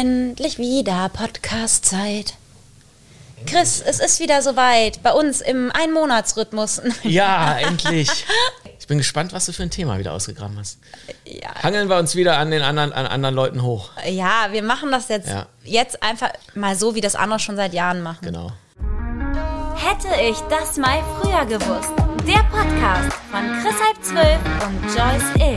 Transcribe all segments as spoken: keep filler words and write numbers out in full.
endlich wieder Podcast-Zeit. Chris, es ist wieder soweit, bei uns im Einmonatsrhythmus. Ja, endlich. Ich bin gespannt, was du für ein Thema wieder ausgegraben hast. Ja. Hangeln wir uns wieder an den anderen, an anderen Leuten hoch. Ja, wir machen das jetzt, Ja. jetzt einfach mal so, wie das andere schon seit Jahren machen. Genau. Hätte ich das mal früher gewusst. Der Podcast von Chris halb zwölf und Joyce Ill.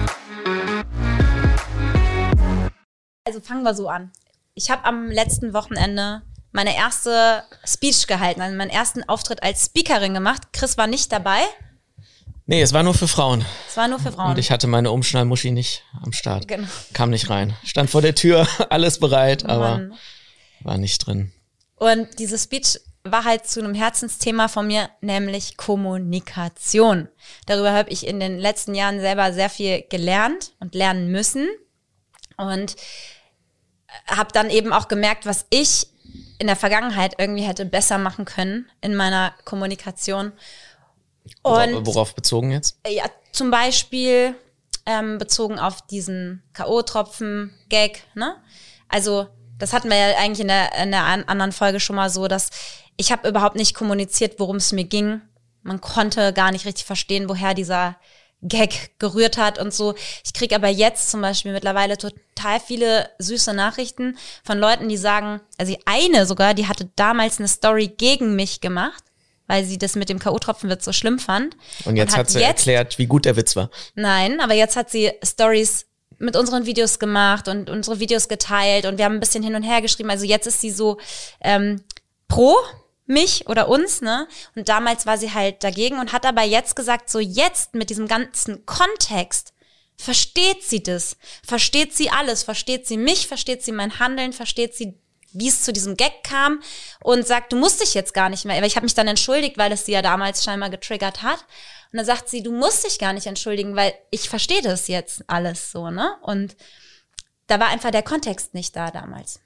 Also fangen wir so an. Ich habe am letzten Wochenende meine erste Speech gehalten, also meinen ersten Auftritt als Speakerin gemacht. Chris war nicht dabei. Nee, es war nur für Frauen. Es war nur für Frauen. Und ich hatte meine Umschnallmuschi nicht am Start. Genau. Kam nicht rein. Stand vor der Tür, alles bereit, aber Mann. war nicht drin. Und diese Speech war halt zu einem Herzensthema von mir, nämlich Kommunikation. Darüber habe ich in den letzten Jahren selber sehr viel gelernt und lernen müssen. Und habe dann eben auch gemerkt, was ich in der Vergangenheit irgendwie hätte besser machen können in meiner Kommunikation. Und Worauf, worauf bezogen jetzt? ja, zum Beispiel ähm, bezogen auf diesen K O-Tropfen-Gag, ne? Also das hatten wir ja eigentlich in der, in der an- anderen Folge schon mal so, dass ich habe überhaupt nicht kommuniziert, worum es mir ging. Man konnte gar nicht richtig verstehen, woher dieser Gag gerührt hat und so. Ich kriege aber jetzt zum Beispiel mittlerweile total viele süße Nachrichten von Leuten, die sagen, also eine sogar, die hatte damals eine Story gegen mich gemacht, weil sie das mit dem K O-Tropfenwitz so schlimm fand. Und jetzt hat hat sie jetzt- erklärt, wie gut der Witz war. Nein, aber jetzt hat sie Stories mit unseren Videos gemacht und unsere Videos geteilt und wir haben ein bisschen hin und her geschrieben. Also jetzt ist sie so ähm, pro mich oder uns, ne? Und damals war sie halt dagegen und hat aber jetzt gesagt, so jetzt mit diesem ganzen Kontext versteht sie das, versteht sie alles, versteht sie mich, versteht sie mein Handeln, versteht sie, wie es zu diesem Gag kam und sagt, du musst dich jetzt gar nicht mehr, weil ich habe mich dann entschuldigt, weil es sie ja damals scheinbar getriggert hat. Und dann sagt sie, du musst dich gar nicht entschuldigen, weil ich verstehe das jetzt alles so, ne? Und da war einfach der Kontext nicht da damals.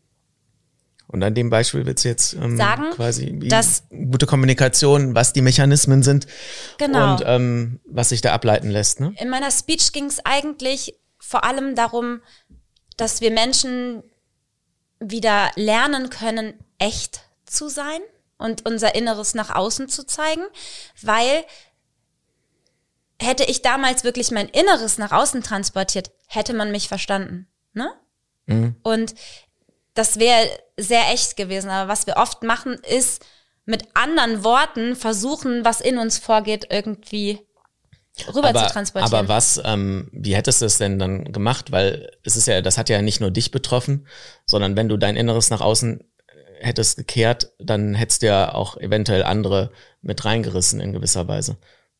Und an dem Beispiel willst du jetzt ähm, Sagen, quasi wie dass- gute Kommunikation, was die Mechanismen sind Genau. und ähm, was sich da ableiten lässt, ne? In meiner Speech ging es eigentlich vor allem darum, dass wir Menschen wieder lernen können, echt zu sein und unser Inneres nach außen zu zeigen, weil hätte ich damals wirklich mein Inneres nach außen transportiert, hätte man mich verstanden, ne? Mhm. Und das wäre sehr echt gewesen. Aber was wir oft machen, ist mit anderen Worten versuchen, was in uns vorgeht, irgendwie rüber aber, zu transportieren. aber was, ähm, wie hättest du es denn dann gemacht? Weil es ist ja, das hat ja nicht nur dich betroffen, sondern wenn du dein Inneres nach außen hättest gekehrt, dann hättest du ja auch eventuell andere mit reingerissen in gewisser Weise.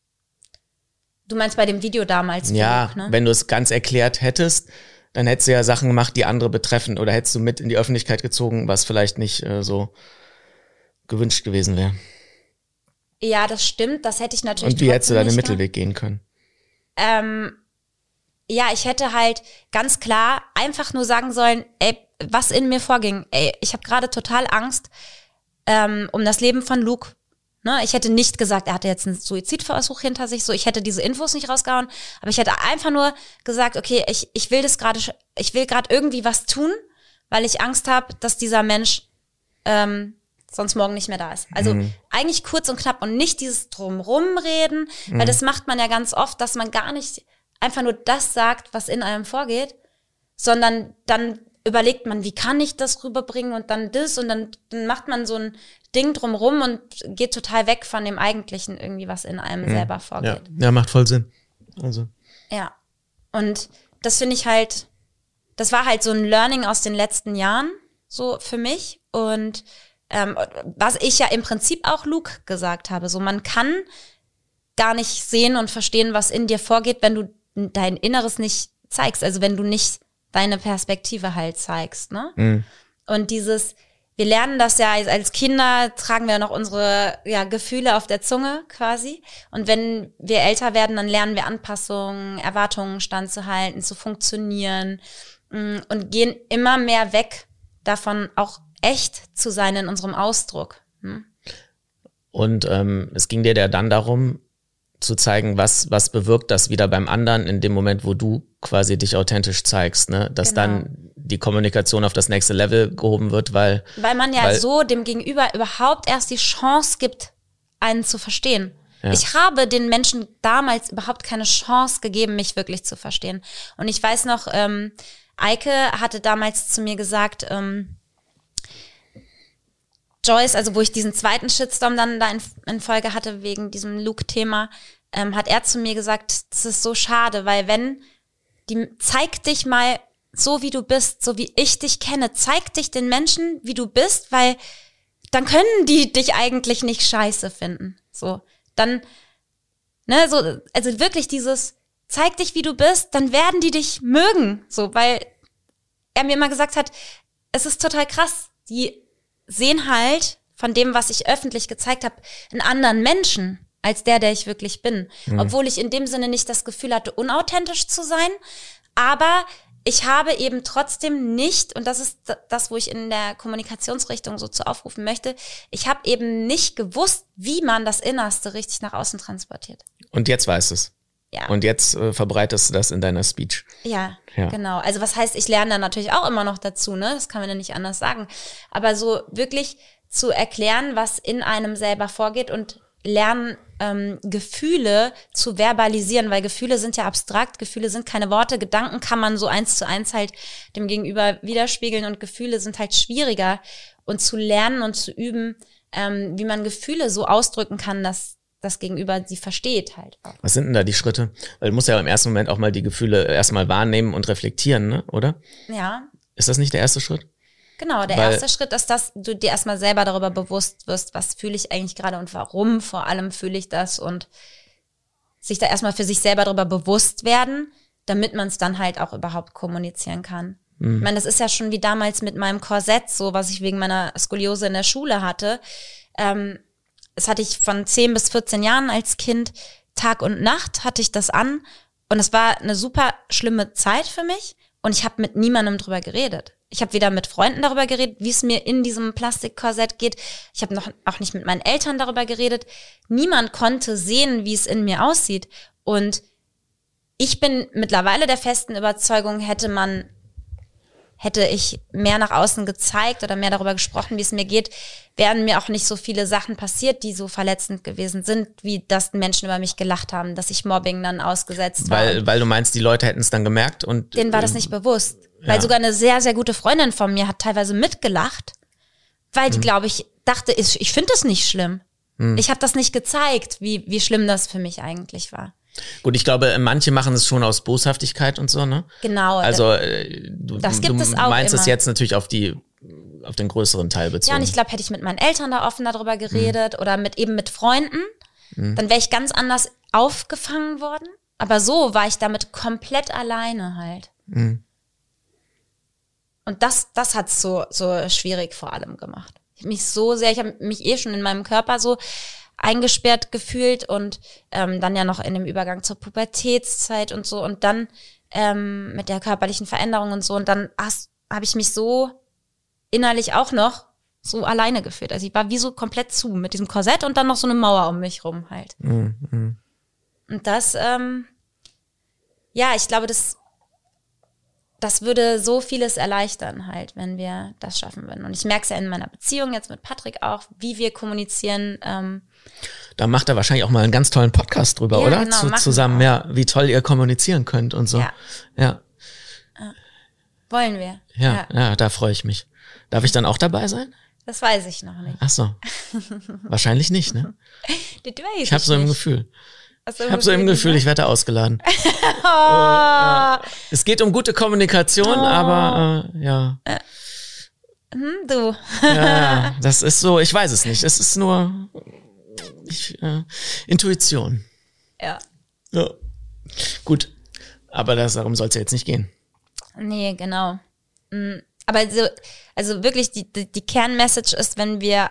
Du meinst bei dem Video damals? Ja, Philipp, ne? wenn du es ganz erklärt hättest, dann hättest du ja Sachen gemacht, die andere betreffen oder hättest du mit in die Öffentlichkeit gezogen, was vielleicht nicht äh, so gewünscht gewesen wäre. Ja, das stimmt. Das hätte ich natürlich Und wie hättest du da trotzdem den nicht Mittelweg gehen können? Ähm, ja, ich hätte halt ganz klar einfach nur sagen sollen, ey, was in mir vorging. Ey, ich habe gerade total Angst ähm, um das Leben von Luke. Ne? Ich hätte nicht gesagt, er hatte jetzt einen Suizidversuch hinter sich. So, ich hätte diese Infos nicht rausgehauen. Aber ich hätte einfach nur gesagt, okay, ich ich will das gerade, ich will gerade irgendwie was tun, weil ich Angst habe, dass dieser Mensch ähm, sonst morgen nicht mehr da ist. Also Mhm. eigentlich kurz und knapp und nicht dieses Drumrum reden, weil das macht man ja ganz oft, dass man gar nicht einfach nur das sagt, was in einem vorgeht, sondern dann überlegt man, wie kann ich das rüberbringen und dann das und dann, dann macht man so ein Ding drumrum und geht total weg von dem Eigentlichen irgendwie, was in einem selber Ja. vorgeht. ja, macht voll Sinn. Also Ja. Und das finde ich halt, das war halt so ein Learning aus den letzten Jahren, so für mich. Und ähm, was ich ja im Prinzip auch Luke gesagt habe, so man kann gar nicht sehen und verstehen, was in dir vorgeht, wenn du dein Inneres nicht zeigst, also wenn du nicht deine Perspektive halt zeigst, ne? Mhm. Und dieses, wir lernen das ja als Kinder, tragen wir noch unsere ja, Gefühle auf der Zunge quasi. Und wenn wir älter werden, dann lernen wir Anpassungen, Erwartungen standzuhalten, zu funktionieren mh, und gehen immer mehr weg davon, auch echt zu sein in unserem Ausdruck. Hm? Und ähm, es ging dir ja dann darum, zu zeigen, was, was bewirkt das wieder beim anderen in dem Moment, wo du quasi dich authentisch zeigst, ne? Dass Genau. dann die Kommunikation auf das nächste Level gehoben wird, weil... Weil man ja weil, so dem Gegenüber überhaupt erst die Chance gibt, einen zu verstehen. Ja. Ich habe den Menschen damals überhaupt keine Chance gegeben, mich wirklich zu verstehen. Und ich weiß noch, ähm, Eike hatte damals zu mir gesagt, ähm, Joyce, also wo ich diesen zweiten Shitstorm dann da in, in Folge hatte wegen diesem Luke-Thema, ähm, hat er zu mir gesagt, das ist so schade, weil wenn, die zeig dich mal so, wie du bist, so wie ich dich kenne, zeig dich den Menschen, wie du bist, weil dann können die dich eigentlich nicht scheiße finden. So, dann, ne, so, also wirklich dieses, zeig dich, wie du bist, dann werden die dich mögen, so, weil er mir immer gesagt hat, es ist total krass, die sehen halt von dem, was ich öffentlich gezeigt habe, einen anderen Menschen als der, der ich wirklich bin. Mhm. Obwohl ich in dem Sinne nicht das Gefühl hatte, unauthentisch zu sein. Aber ich habe eben trotzdem nicht, und das ist das, wo ich in der Kommunikationsrichtung so zu aufrufen möchte, ich habe eben nicht gewusst, wie man das Innerste richtig nach außen transportiert. Und jetzt weißt du es. Ja. Und jetzt äh, verbreitest du das in deiner Speech. Ja, ja, genau. Also was heißt, ich lerne da natürlich auch immer noch dazu, ne? Das kann man ja nicht anders sagen. Aber so wirklich zu erklären, was in einem selber vorgeht und lernen, ähm, Gefühle zu verbalisieren, weil Gefühle sind ja abstrakt, Gefühle sind keine Worte, Gedanken kann man so eins zu eins halt dem Gegenüber widerspiegeln und Gefühle sind halt schwieriger. Und zu lernen und zu üben, ähm, wie man Gefühle so ausdrücken kann, dass das Gegenüber sie versteht halt auch. Was sind denn da die Schritte? Weil du musst ja im ersten Moment auch mal die Gefühle erstmal wahrnehmen und reflektieren, ne? Oder? Ja. Ist das nicht der erste Schritt? Genau, der Weil, erste Schritt ist, dass du dir erstmal selber darüber bewusst wirst, was fühle ich eigentlich gerade und warum vor allem fühle ich das und sich da erstmal für sich selber darüber bewusst werden, damit man es dann halt auch überhaupt kommunizieren kann. Mhm. Ich meine, das ist ja schon wie damals mit meinem Korsett so, was ich wegen meiner Skoliose in der Schule hatte. Ähm, Das hatte ich von zehn bis vierzehn Jahren als Kind, Tag und Nacht hatte ich das an und es war eine super schlimme Zeit für mich und ich habe mit niemandem drüber geredet. Ich habe weder mit Freunden darüber geredet, wie es mir in diesem Plastikkorsett geht. Ich habe noch auch nicht mit meinen Eltern darüber geredet. Niemand konnte sehen, wie es in mir aussieht. Und ich bin mittlerweile der festen Überzeugung, hätte man hätte ich mehr nach außen gezeigt oder mehr darüber gesprochen, wie es mir geht, wären mir auch nicht so viele Sachen passiert, die so verletzend gewesen sind, wie dass Menschen über mich gelacht haben, dass ich Mobbing dann ausgesetzt war. Weil, weil du meinst, die Leute hätten es dann gemerkt und... Denen war das nicht bewusst. Ja. Weil sogar eine sehr, sehr gute Freundin von mir hat teilweise mitgelacht, weil die, mhm. glaube ich, dachte, ich, ich finde das nicht schlimm. Mhm. Ich habe das nicht gezeigt, wie, wie schlimm das für mich eigentlich war. Gut, ich glaube, manche machen es schon aus Boshaftigkeit und so, ne? Genau. Also äh, du, das gibt du es auch meinst immer. es jetzt natürlich auf die auf den größeren Teil bezogen. Ja, und ich glaube, hätte ich mit meinen Eltern da offen darüber geredet mhm. oder mit eben mit Freunden, mhm. dann wäre ich ganz anders aufgefangen worden. Aber so war ich damit komplett alleine halt. Mhm. Und das, das hat's so so schwierig vor allem gemacht. Ich habe mich so sehr, ich habe mich eh schon in meinem Körper so eingesperrt gefühlt und ähm, dann ja noch in dem Übergang zur Pubertätszeit und so und dann ähm, mit der körperlichen Veränderung und so und dann habe ich mich so innerlich auch noch so alleine gefühlt. Also ich war wie so komplett zu mit diesem Korsett und dann noch so eine Mauer um mich rum halt. Mhm. Und das, ähm, ja, ich glaube, das das würde so vieles erleichtern halt, wenn wir das schaffen würden. Und ich merke es ja in meiner Beziehung jetzt mit Patrick auch, wie wir kommunizieren. Ähm, da macht er wahrscheinlich auch mal einen ganz tollen Podcast drüber, ja, oder? Genau, Zu, zusammen, ja, wie toll ihr kommunizieren könnt und so. Ja. Ja. ja. Wollen wir. Ja, ja, ja, da freue ich mich. Darf ich dann auch dabei sein? Das weiß ich noch nicht. Ach so. Wahrscheinlich nicht, ne? Das weiß ich habe so ein Gefühl. So ich habe so im Gefühl, ich werde ausgeladen. oh. äh, es geht um gute Kommunikation, oh. aber äh, ja. Äh, hm, du. ja, das ist so, ich weiß es nicht. Es ist nur ich, äh, Intuition. Ja. ja. Gut, aber das, darum soll es ja jetzt nicht gehen. Nee, genau. Aber so, also wirklich, die, die, die Kernmessage ist, wenn wir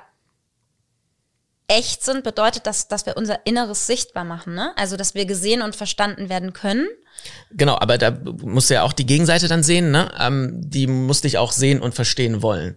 echt sind, bedeutet das, dass wir unser Inneres sichtbar machen, ne? Also, dass wir gesehen und verstanden werden können. Genau, aber da musst du ja auch die Gegenseite dann sehen, ne? Ähm, die muss dich auch sehen und verstehen wollen.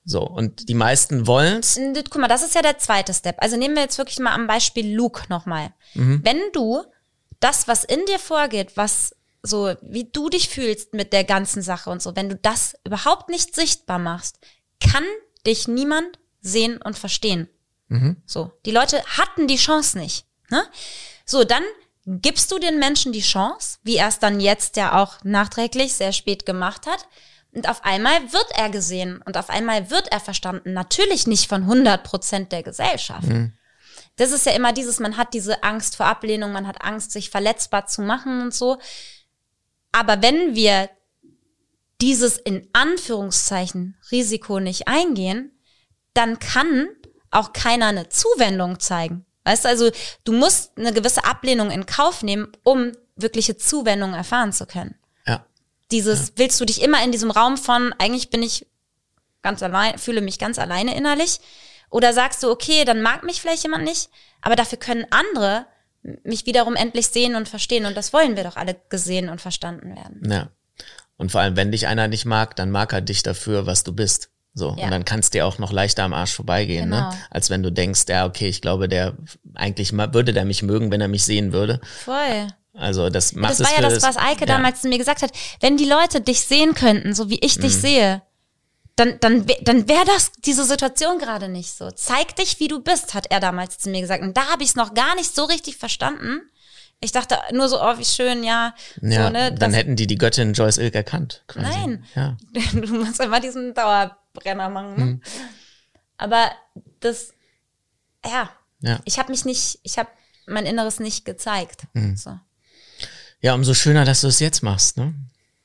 So, und die meisten wollen's. Guck mal, das ist ja der zweite Step. Also nehmen wir jetzt wirklich mal am Beispiel Luke nochmal. Mhm. Wenn du das, was in dir vorgeht, was so, wie du dich fühlst mit der ganzen Sache und so, wenn du das überhaupt nicht sichtbar machst, kann dich niemand sehen und verstehen. Mhm. So, die Leute hatten die Chance nicht. Ne? So, dann gibst du den Menschen die Chance, wie er es dann jetzt ja auch nachträglich sehr spät gemacht hat. Und auf einmal wird er gesehen und auf einmal wird er verstanden. Natürlich nicht von hundert Prozent der Gesellschaft. Mhm. Das ist ja immer dieses, man hat diese Angst vor Ablehnung, man hat Angst, sich verletzbar zu machen und so. Aber wenn wir dieses in Anführungszeichen Risiko nicht eingehen, dann kann auch keiner eine Zuwendung zeigen. Weißt du, also du musst eine gewisse Ablehnung in Kauf nehmen, um wirkliche Zuwendung erfahren zu können. Ja. Dieses, ja. willst du dich immer in diesem Raum von, eigentlich bin ich ganz allein, fühle mich ganz alleine innerlich, oder sagst du, okay, dann mag mich vielleicht jemand nicht, aber dafür können andere mich wiederum endlich sehen und verstehen, und das wollen wir doch alle gesehen und verstanden werden. Ja. Und vor allem, wenn dich einer nicht mag, dann mag er dich dafür, was du bist. So, Ja. und dann kannst dir auch noch leichter am Arsch vorbeigehen, Genau. ne? Als wenn du denkst, ja, okay, ich glaube, der eigentlich ma- würde der mich mögen, wenn er mich sehen würde. Voll. Also das macht Das es war ja für das, was Eike ja. damals zu mir gesagt hat. Wenn die Leute dich sehen könnten, so wie ich dich Mhm. sehe, dann, dann, wär- dann wäre das diese Situation gerade nicht so. Zeig dich, wie du bist, hat er damals zu mir gesagt. Und da habe ich es noch gar nicht so richtig verstanden. Ich dachte nur so, oh, wie schön, ja. Ja, so, ne, dann das, hätten die die Göttin Joyce Ilk erkannt. Quasi. Nein. Ja. Du musst immer diesen Dauerbrenner machen. Ne? Mhm. Aber das, ja, Ja. ich habe mich nicht, ich habe mein Inneres nicht gezeigt. Mhm. So. Ja, umso schöner, dass du es jetzt machst, ne?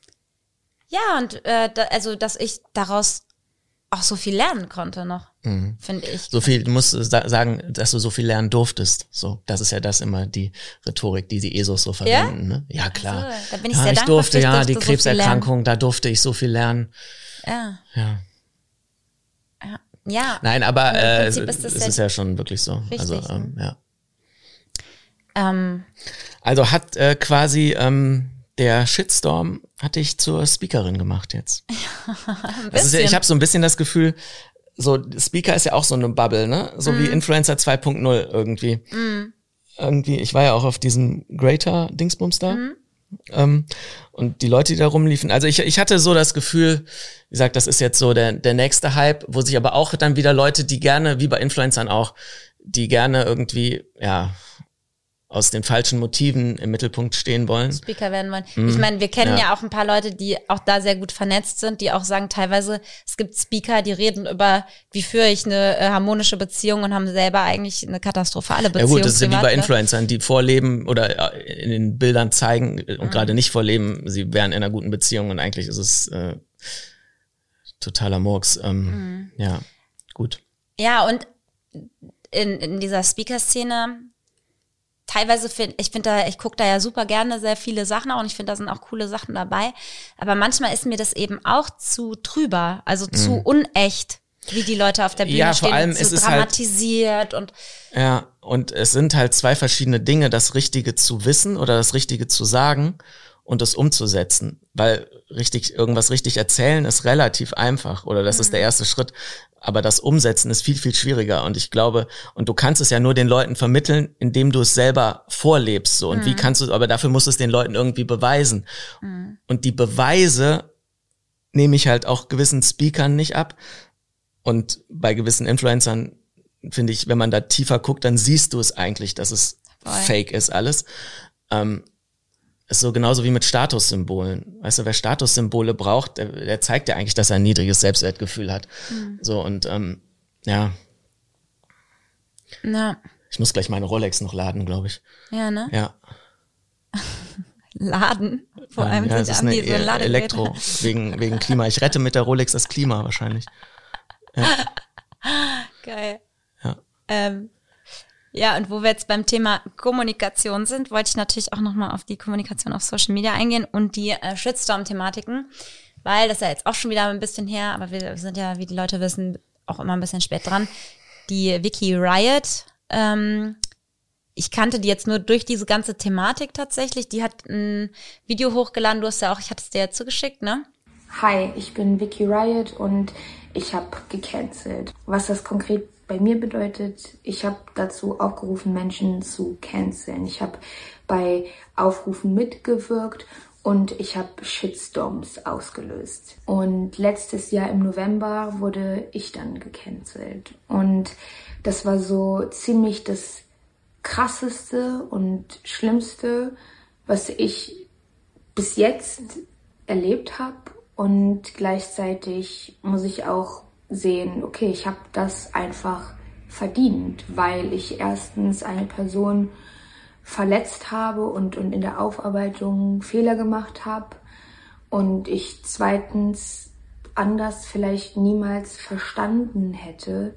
Ja, und äh, da, also, dass ich daraus auch so viel lernen konnte noch, Mhm. finde ich. So viel, du musst sa- sagen, dass du so viel lernen durftest. So, das ist ja das immer die Rhetorik, die die ESOs so verwenden, ne? Ja, klar. Ach so, da bin ich ja, sehr ich dankbar durfte, für, ich ja, durfte die so viel Krebserkrankung, da durfte ich so viel lernen. Ja, Ja. ja. ja. Nein, aber Im äh, Prinzip es ist das ist, ja ist ja schon wirklich so. richtig, Also, ähm, ja. Ähm, Also hat äh, quasi ähm, der Shitstorm hat dich zur Speakerin gemacht jetzt. ein Das ist ja, ich bisschen. habe so ein bisschen das Gefühl, so Speaker ist ja auch so eine Bubble, ne? So wie Influencer zwei Punkt null irgendwie. Mm. Irgendwie, ich war ja auch auf diesem Greater-Dingsbums da. Ähm, und die Leute, die da rumliefen, also ich, ich hatte so das Gefühl, wie gesagt, das ist jetzt so der, der nächste Hype, wo sich aber auch dann wieder Leute, die gerne, wie bei Influencern auch, die gerne irgendwie, ja, aus den falschen Motiven im Mittelpunkt stehen wollen. Speaker werden wollen. Ich meine, wir kennen ja. Ja. auch ein paar Leute, die auch da sehr gut vernetzt sind, die auch sagen, teilweise, es gibt Speaker, die reden über, wie führe ich eine äh, harmonische Beziehung, und haben selber eigentlich eine katastrophale Ja Beziehung. gut, das ist ja wie privat, bei ne? Influencern, die vorleben oder äh, in den Bildern zeigen und Mhm. gerade nicht vorleben, sie wären in einer guten Beziehung, und eigentlich ist es äh, totaler Murks. Ähm, Mhm. Ja, gut. Ja, und in, in dieser Speaker-Szene, teilweise finde ich, finde da, ich gucke da ja super gerne sehr viele Sachen auch, und ich finde, da sind auch coole Sachen dabei. Aber manchmal ist mir das eben auch zu trüber, also zu unecht, wie die Leute auf der Bühne Ja, stehen, vor allem zu ist es halt- dramatisiert und Ja, und es sind halt zwei verschiedene Dinge, das Richtige zu wissen oder das Richtige zu sagen und das umzusetzen. Weil richtig, irgendwas richtig erzählen ist relativ einfach, oder das ist der erste Schritt. Aber das Umsetzen ist viel, viel schwieriger. Und ich glaube, und du kannst es ja nur den Leuten vermitteln, indem du es selber vorlebst. So. Und wie kannst du, aber dafür musst du es den Leuten irgendwie beweisen. Und die Beweise nehme ich halt auch gewissen Speakern nicht ab. Und bei gewissen Influencern finde ich, wenn man da tiefer guckt, dann siehst du es eigentlich, dass es Voll. fake ist alles. Ähm, ist so genauso wie mit Statussymbolen. Weißt du, wer Statussymbole braucht, der, der zeigt ja eigentlich, dass er ein niedriges Selbstwertgefühl hat. So, und ähm, ja, na, ich muss gleich meine Rolex noch laden, glaube ich. ja, ne? Ja. Laden. Vor allem ja, sind das ist haben eine die so ein E- Ladegerät. Elektro, wegen, wegen Klima. Ich rette mit der Rolex das Klima wahrscheinlich. Geil. Ja. Ähm, ja, und wo wir jetzt beim Thema Kommunikation sind, wollte ich natürlich auch nochmal auf die Kommunikation auf Social Media eingehen und die äh, Shitstorm-Thematiken, weil das ist ja jetzt auch schon wieder ein bisschen her, aber wir sind ja, wie die Leute wissen, auch immer ein bisschen spät dran. Die Vicky Riot, ähm, ich kannte die jetzt nur durch diese ganze Thematik tatsächlich. Die hat ein Video hochgeladen, du hast ja auch, ich hatte es dir ja zugeschickt, ne? Hi, ich bin Vicky Riot und ich habe gecancelt. Was das konkret bei mir bedeutet, ich habe dazu aufgerufen, Menschen zu canceln. Ich habe bei Aufrufen mitgewirkt und ich habe Shitstorms ausgelöst. Und letztes Jahr im November wurde ich dann gecancelt. Und das war so ziemlich das Krasseste und Schlimmste, was ich bis jetzt erlebt habe. Und gleichzeitig muss ich auch sehen, okay, ich habe das einfach verdient, weil ich erstens eine Person verletzt habe und, und in der Aufarbeitung Fehler gemacht habe und ich zweitens anders vielleicht niemals verstanden hätte,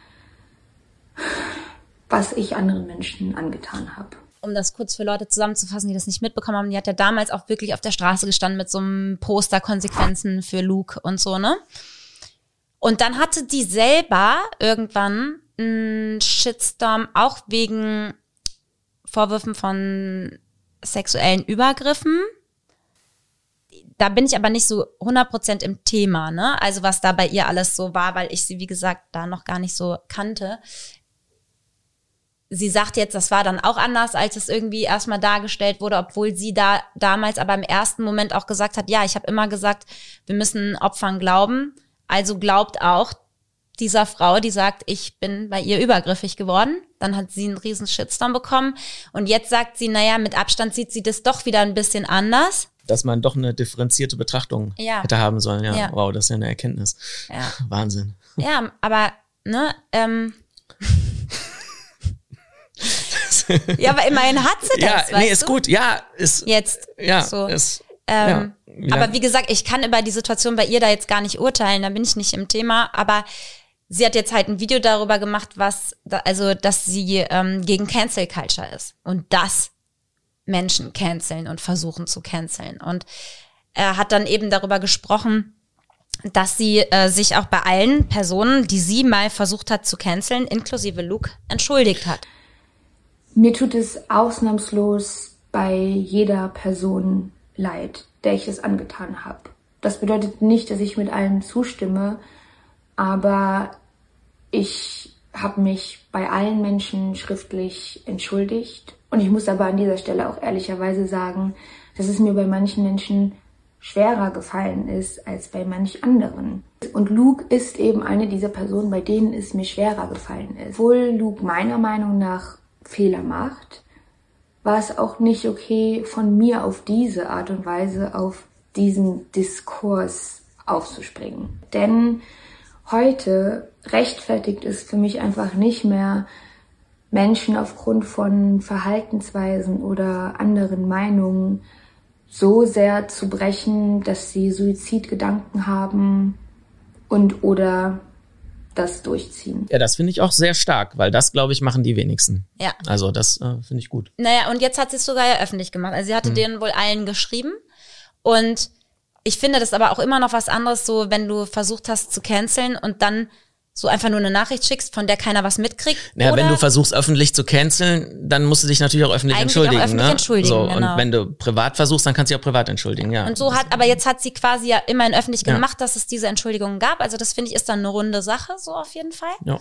was ich anderen Menschen angetan habe. Um das kurz für Leute zusammenzufassen, die das nicht mitbekommen haben, die hat ja damals auch wirklich auf der Straße gestanden mit so einem Poster Konsequenzen für Luke und so, ne? Und dann hatte die selber irgendwann einen Shitstorm, auch wegen Vorwürfen von sexuellen Übergriffen. Da bin ich aber nicht so hundert Prozent im Thema, ne? Also was da bei ihr alles so war, weil ich sie, wie gesagt, da noch gar nicht so kannte. Sie sagt jetzt, das war dann auch anders, als es irgendwie erstmal dargestellt wurde, obwohl sie da damals aber im ersten Moment auch gesagt hat, ja, ich habe immer gesagt, wir müssen Opfern glauben. Also glaubt auch dieser Frau, die sagt, ich bin bei ihr übergriffig geworden. Dann hat sie einen riesen Shitstorm bekommen. Und jetzt sagt sie, naja, mit Abstand sieht sie das doch wieder ein bisschen anders. Dass man doch eine differenzierte Betrachtung ja. hätte haben sollen. Ja, ja. Wow, das ist ja eine Erkenntnis. Ja. Wahnsinn. Ja, aber, ne, ähm... ja, aber immerhin hat sie das, ja, nee, ist du? gut. Ja, ist... Jetzt, ja, so. ist... Ähm, ja, aber wie gesagt, ich kann über die Situation bei ihr da jetzt gar nicht urteilen, da bin ich nicht im Thema, aber sie hat jetzt halt ein Video darüber gemacht, was, da, also, dass sie ähm, gegen Cancel Culture ist und dass Menschen canceln und versuchen zu canceln. Und er hat dann eben darüber gesprochen, dass sie äh, sich auch bei allen Personen, die sie mal versucht hat zu canceln, inklusive Luke, entschuldigt hat. Mir tut es ausnahmslos bei jeder Person leid, der ich es angetan habe. Das bedeutet nicht, dass ich mit allem zustimme, aber ich habe mich bei allen Menschen schriftlich entschuldigt. Und ich muss aber an dieser Stelle auch ehrlicherweise sagen, dass es mir bei manchen Menschen schwerer gefallen ist als bei manch anderen. Und Luke ist eben eine dieser Personen, bei denen es mir schwerer gefallen ist. Obwohl Luke meiner Meinung nach Fehler macht, war es auch nicht okay, von mir auf diese Art und Weise auf diesen Diskurs aufzuspringen. Denn heute rechtfertigt es für mich einfach nicht mehr, Menschen aufgrund von Verhaltensweisen oder anderen Meinungen so sehr zu brechen, dass sie Suizidgedanken haben und oder das durchziehen. Ja, das finde ich auch sehr stark, weil das, glaube ich, machen die wenigsten. Ja. Also das äh, finde ich gut. Naja, und jetzt hat sie es sogar ja öffentlich gemacht. Also sie hatte mhm. denen wohl allen geschrieben. Und ich finde das aber auch immer noch was anderes, so wenn du versucht hast zu canceln und dann so einfach nur eine Nachricht schickst, von der keiner was mitkriegt. Ja, oder wenn du versuchst, öffentlich zu canceln, dann musst du dich natürlich auch öffentlich Eigentlich entschuldigen. Auch öffentlich ne? entschuldigen, so, genau. Und wenn du privat versuchst, dann kannst du dich auch privat entschuldigen, ja. Und so hat, aber jetzt hat sie quasi ja immerhin öffentlich ja. gemacht, dass es diese Entschuldigungen gab. Also das finde ich ist dann eine runde Sache, so auf jeden Fall. Ja.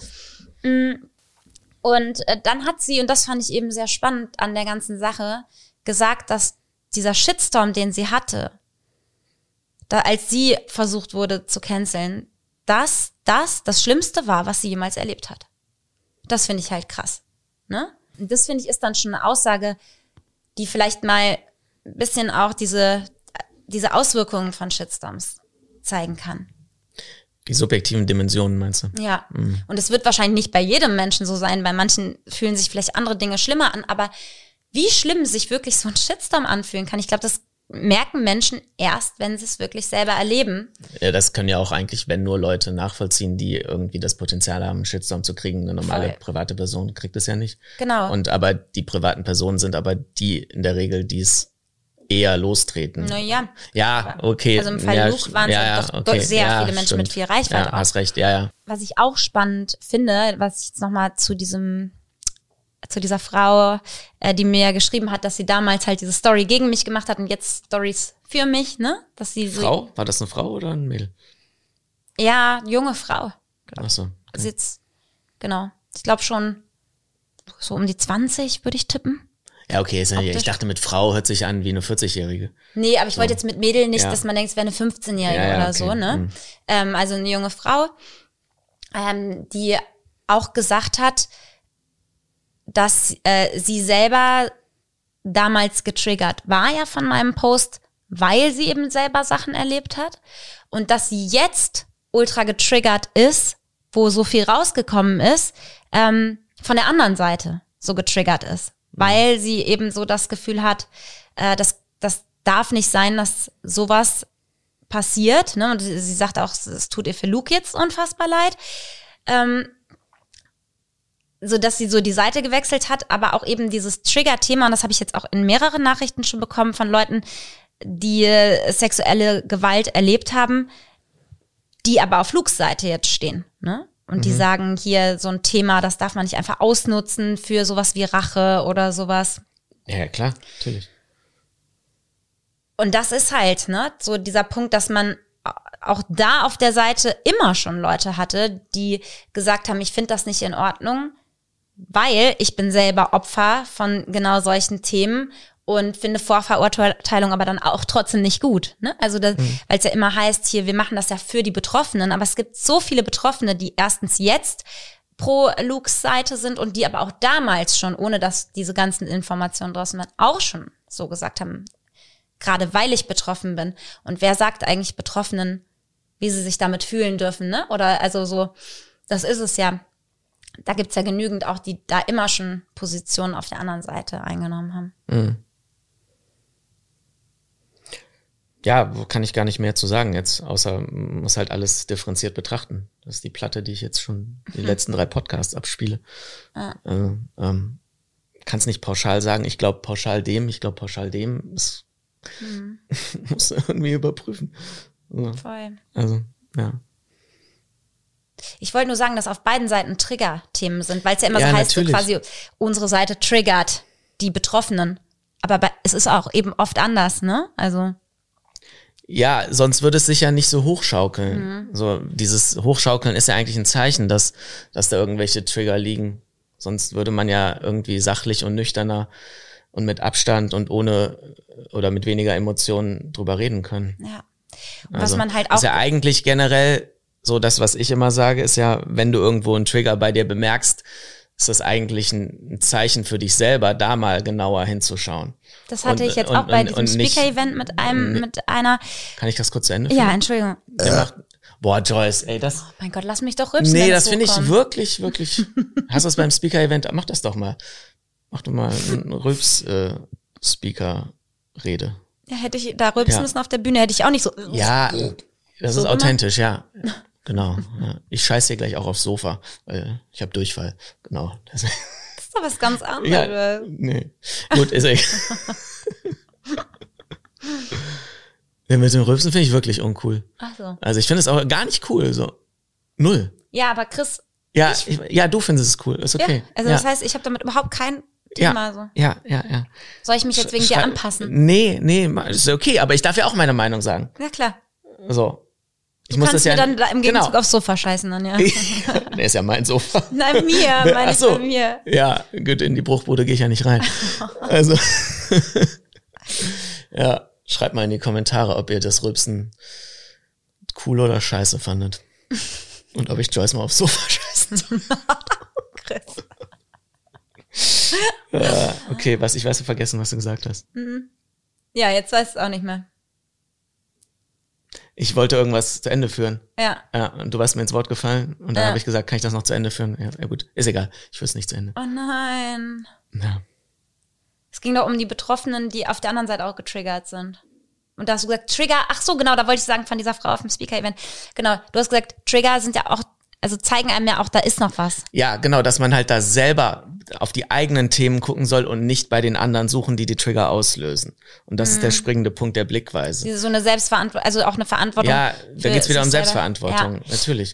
Und äh, dann hat sie, und das fand ich eben sehr spannend an der ganzen Sache, gesagt, dass dieser Shitstorm, den sie hatte, da als sie versucht wurde zu canceln, dass das das Schlimmste war, was sie jemals erlebt hat. Das finde ich halt krass. Ne? Und das finde ich ist dann schon eine Aussage, die vielleicht mal ein bisschen auch diese, diese Auswirkungen von Shitstorms zeigen kann. Die subjektiven Dimensionen, meinst du? Ja. Mhm. Und es wird wahrscheinlich nicht bei jedem Menschen so sein. Bei manchen fühlen sich vielleicht andere Dinge schlimmer an. Aber wie schlimm sich wirklich so ein Shitstorm anfühlen kann, ich glaube, das merken Menschen erst, wenn sie es wirklich selber erleben. Ja, das können ja auch eigentlich, wenn nur Leute nachvollziehen, die irgendwie das Potenzial haben, einen Shitstorm zu kriegen. Eine normale Voll. private Person kriegt es ja nicht. Genau. Und aber die privaten Personen sind aber die in der Regel, die es eher lostreten. Naja. Ja, okay. Also im Fall ja, Luke waren es ja, ja, ja, doch okay. sehr ja, viele Menschen stimmt. mit viel Reichweite. Ja, auch. hast recht, ja, ja. Was ich auch spannend finde, was ich jetzt nochmal zu diesem zu dieser Frau, äh, die mir geschrieben hat, dass sie damals halt diese Story gegen mich gemacht hat und jetzt Stories für mich, ne? Dass sie so, Frau? War das eine Frau oder ein Mädel? Ja, junge Frau. Ach so. Okay. Also jetzt, genau. Ich glaube schon so um die zwanzig würde ich tippen. Ja, okay, ist ja, ich dachte, mit Frau hört sich an wie eine vierzigjährige. Nee, aber ich so. wollte jetzt mit Mädel nicht, ja. dass man denkt, es wäre eine fünfzehnjährige ja, ja, oder okay. so, ne? Mhm. Ähm, also eine junge Frau, ähm, die auch gesagt hat, dass äh, sie selber damals getriggert war ja von meinem Post, weil sie eben selber Sachen erlebt hat und dass sie jetzt ultra getriggert ist, wo so viel rausgekommen ist, ähm, von der anderen Seite so getriggert ist. Weil sie eben so das Gefühl hat, äh, das, das darf nicht sein, dass sowas passiert. Ne? Und sie, sie sagt auch, es tut ihr für Luke jetzt unfassbar leid. Ähm, so dass sie so die Seite gewechselt hat, aber auch eben dieses Trigger-Thema, und das habe ich jetzt auch in mehreren Nachrichten schon bekommen von Leuten, die äh, sexuelle Gewalt erlebt haben, die aber auf Lukes Seite jetzt stehen, ne? Und mhm. die sagen, hier so ein Thema, das darf man nicht einfach ausnutzen für sowas wie Rache oder sowas. Ja, klar, natürlich. Und das ist halt, ne, so dieser Punkt, dass man auch da auf der Seite immer schon Leute hatte, die gesagt haben, ich finde das nicht in Ordnung, weil ich bin selber Opfer von genau solchen Themen und finde Vorverurteilung aber dann auch trotzdem nicht gut, ne? Also das, mhm. weil es ja immer heißt, hier, wir machen das ja für die Betroffenen, aber es gibt so viele Betroffene, die erstens jetzt pro Lukes Seite sind und die aber auch damals schon, ohne dass diese ganzen Informationen draußen waren, auch schon so gesagt haben, gerade weil ich betroffen bin. Und wer sagt eigentlich Betroffenen, wie sie sich damit fühlen dürfen, ne? Oder also so, das ist es ja. Da gibt's ja genügend auch, die da immer schon Positionen auf der anderen Seite eingenommen haben. Mhm. Ja, kann ich gar nicht mehr zu sagen jetzt, außer man muss halt alles differenziert betrachten. Das ist die Platte, die ich jetzt schon die letzten drei Podcasts abspiele. Ah. Äh, ähm, kann es nicht pauschal sagen. Ich glaube pauschal dem, ich glaube pauschal dem. Das mhm. muss irgendwie überprüfen. So. Voll. Also, ja. Ich wollte nur sagen, dass auf beiden Seiten Trigger-Themen sind, weil es ja immer ja, so heißt, so natürlich. quasi unsere Seite triggert die Betroffenen. Aber bei, es ist auch eben oft anders, ne? Also ja, sonst würde es sich ja nicht so hochschaukeln. Mhm. So, dieses Hochschaukeln ist ja eigentlich ein Zeichen, dass, dass da irgendwelche Trigger liegen. Sonst würde man ja irgendwie sachlich und nüchterner und mit Abstand und ohne oder mit weniger Emotionen drüber reden können. Ja. Und Also, was man halt auch. ist ja eigentlich generell so, das, was ich immer sage, ist ja, wenn du irgendwo einen Trigger bei dir bemerkst, ist das eigentlich ein, ein Zeichen für dich selber, da mal genauer hinzuschauen. Das hatte und, ich jetzt und, auch bei und, diesem und nicht- Speaker-Event mit einem, mit einer. Kann ich das kurz zu Ende Ja, führen? Entschuldigung. Der macht, boah, Joyce, ey, das, Oh mein Gott, lass mich doch rübsen. nee, wenn das es finde ich hochkommt. wirklich, wirklich, hast du das beim Speaker-Event, mach das doch mal. Mach doch mal eine Rülps-Speaker-Rede. Ja, hätte ich da rübsen Ja. müssen auf der Bühne, hätte ich auch nicht so. Ja, das So ist immer? authentisch, ja. Genau. Ja. Ich scheiß dir gleich auch aufs Sofa, weil ich habe Durchfall. Genau. Deswegen- Das ist doch was ganz Ja, anderes. nee. Gut, ist egal. Ja, mit dem Rülpsen finde ich wirklich uncool. Ach so. Also ich finde es auch gar nicht cool, so. Null. Ja, aber Chris, Ja, ich, ja, du findest es cool, ist okay. ja, also ja. das heißt, ich habe damit überhaupt kein ja, Thema. So. ja, ja, ja. Soll ich mich jetzt wegen dir Schrei- anpassen? Nee, nee, ist okay, aber ich darf ja auch meine Meinung sagen. Ja, klar. So. Ich Du muss kannst das mir ja dann da im Gegenzug genau. aufs Sofa scheißen dann, ja. Nee, ist ja mein Sofa. Nein, mir, meine Ach ich so. bei mir. Ja, gut, in die Bruchbude gehe ich ja nicht rein. Also, ja, schreibt mal in die Kommentare, ob ihr das Rülpsen cool oder scheiße fandet. Und ob ich Joyce mal aufs Sofa scheißen soll. Chris. Ja, okay, was, ich weiß vergessen, was du gesagt hast. Ja, jetzt weiß ich es auch nicht mehr. Ich wollte irgendwas zu Ende führen. Ja. Ja, und du warst mir ins Wort gefallen und dann Ja. habe ich gesagt, kann ich das noch zu Ende führen? Ja, ja gut, ist egal, ich führe es nicht zu Ende. Oh nein. Ja. Es ging doch um die Betroffenen, die auf der anderen Seite auch getriggert sind. Und da hast du gesagt, Trigger, ach so, genau, da wollte ich sagen von dieser Frau auf dem Speaker-Event. Genau, du hast gesagt, Trigger sind ja auch, also zeigen einem ja auch, da ist noch was. Ja, genau, dass man halt da selber auf die eigenen Themen gucken soll und nicht bei den anderen suchen, die die Trigger auslösen. Und das ist der springende Punkt der Blickweise. Diese, so eine Selbstverantwortung, also auch eine Verantwortung. Ja, da für geht's wieder um sich selber. Selbstverantwortung, Ja. natürlich.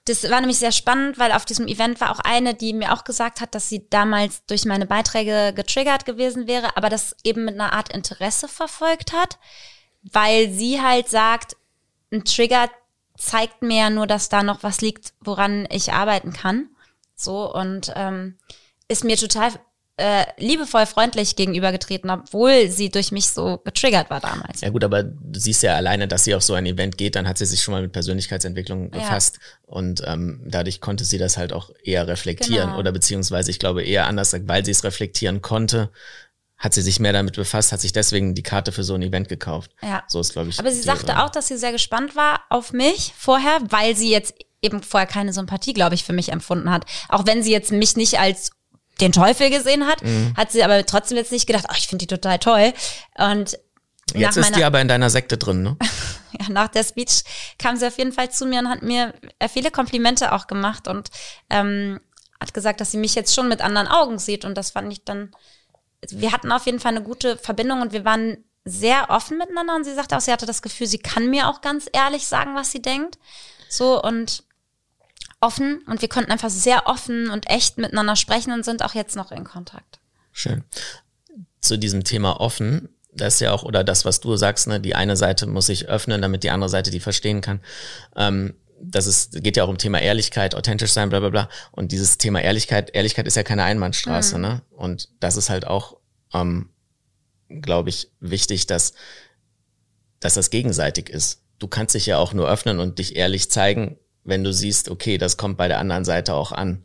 das war nämlich sehr spannend, weil auf diesem Event war auch eine, die mir auch gesagt hat, dass sie damals durch meine Beiträge getriggert gewesen wäre, aber das eben mit einer Art Interesse verfolgt hat, weil sie halt sagt, ein Trigger zeigt mir ja nur, dass da noch was liegt, woran ich arbeiten kann. So, und ähm, ist mir total äh, liebevoll freundlich gegenübergetreten, obwohl sie durch mich so getriggert war damals. Ja gut, aber du siehst ja alleine, dass sie auf so ein Event geht, dann hat sie sich schon mal mit Persönlichkeitsentwicklung befasst. Ja. Und ähm, dadurch konnte sie das halt auch eher reflektieren. Genau. Oder beziehungsweise, ich glaube, eher anders, weil sie es reflektieren konnte, hat sie sich mehr damit befasst, hat sich deswegen die Karte für so ein Event gekauft. Ja. So ist, glaube ich. Aber sie sagte auch, dass sie sehr gespannt war auf mich vorher, weil sie jetzt eben vorher keine Sympathie, glaube ich, für mich empfunden hat. Auch wenn sie jetzt mich nicht als den Teufel gesehen hat, mhm. hat sie aber trotzdem jetzt nicht gedacht, oh, ich finde die total toll. Und jetzt ist die aber in deiner Sekte drin, ne? Ja, nach der Speech kam sie auf jeden Fall zu mir und hat mir viele Komplimente auch gemacht und ähm, hat gesagt, dass sie mich jetzt schon mit anderen Augen sieht. Und das fand ich dann, wir hatten auf jeden Fall eine gute Verbindung und wir waren sehr offen miteinander. Und sie sagte auch, sie hatte das Gefühl, sie kann mir auch ganz ehrlich sagen, was sie denkt. So, und offen. Und wir konnten einfach sehr offen und echt miteinander sprechen und sind auch jetzt noch in Kontakt. Schön. Zu diesem Thema offen, das ist ja auch, oder das, was du sagst, ne, die eine Seite muss sich öffnen, damit die andere Seite die verstehen kann. Ähm, das ist, geht ja auch um Thema Ehrlichkeit, authentisch sein, bla bla bla. Und dieses Thema Ehrlichkeit, Ehrlichkeit ist ja keine Einbahnstraße, mhm. ne? Und das ist halt auch, ähm, glaube ich, wichtig, dass, dass das gegenseitig ist. Du kannst dich ja auch nur öffnen und dich ehrlich zeigen, wenn du siehst, okay, das kommt bei der anderen Seite auch an.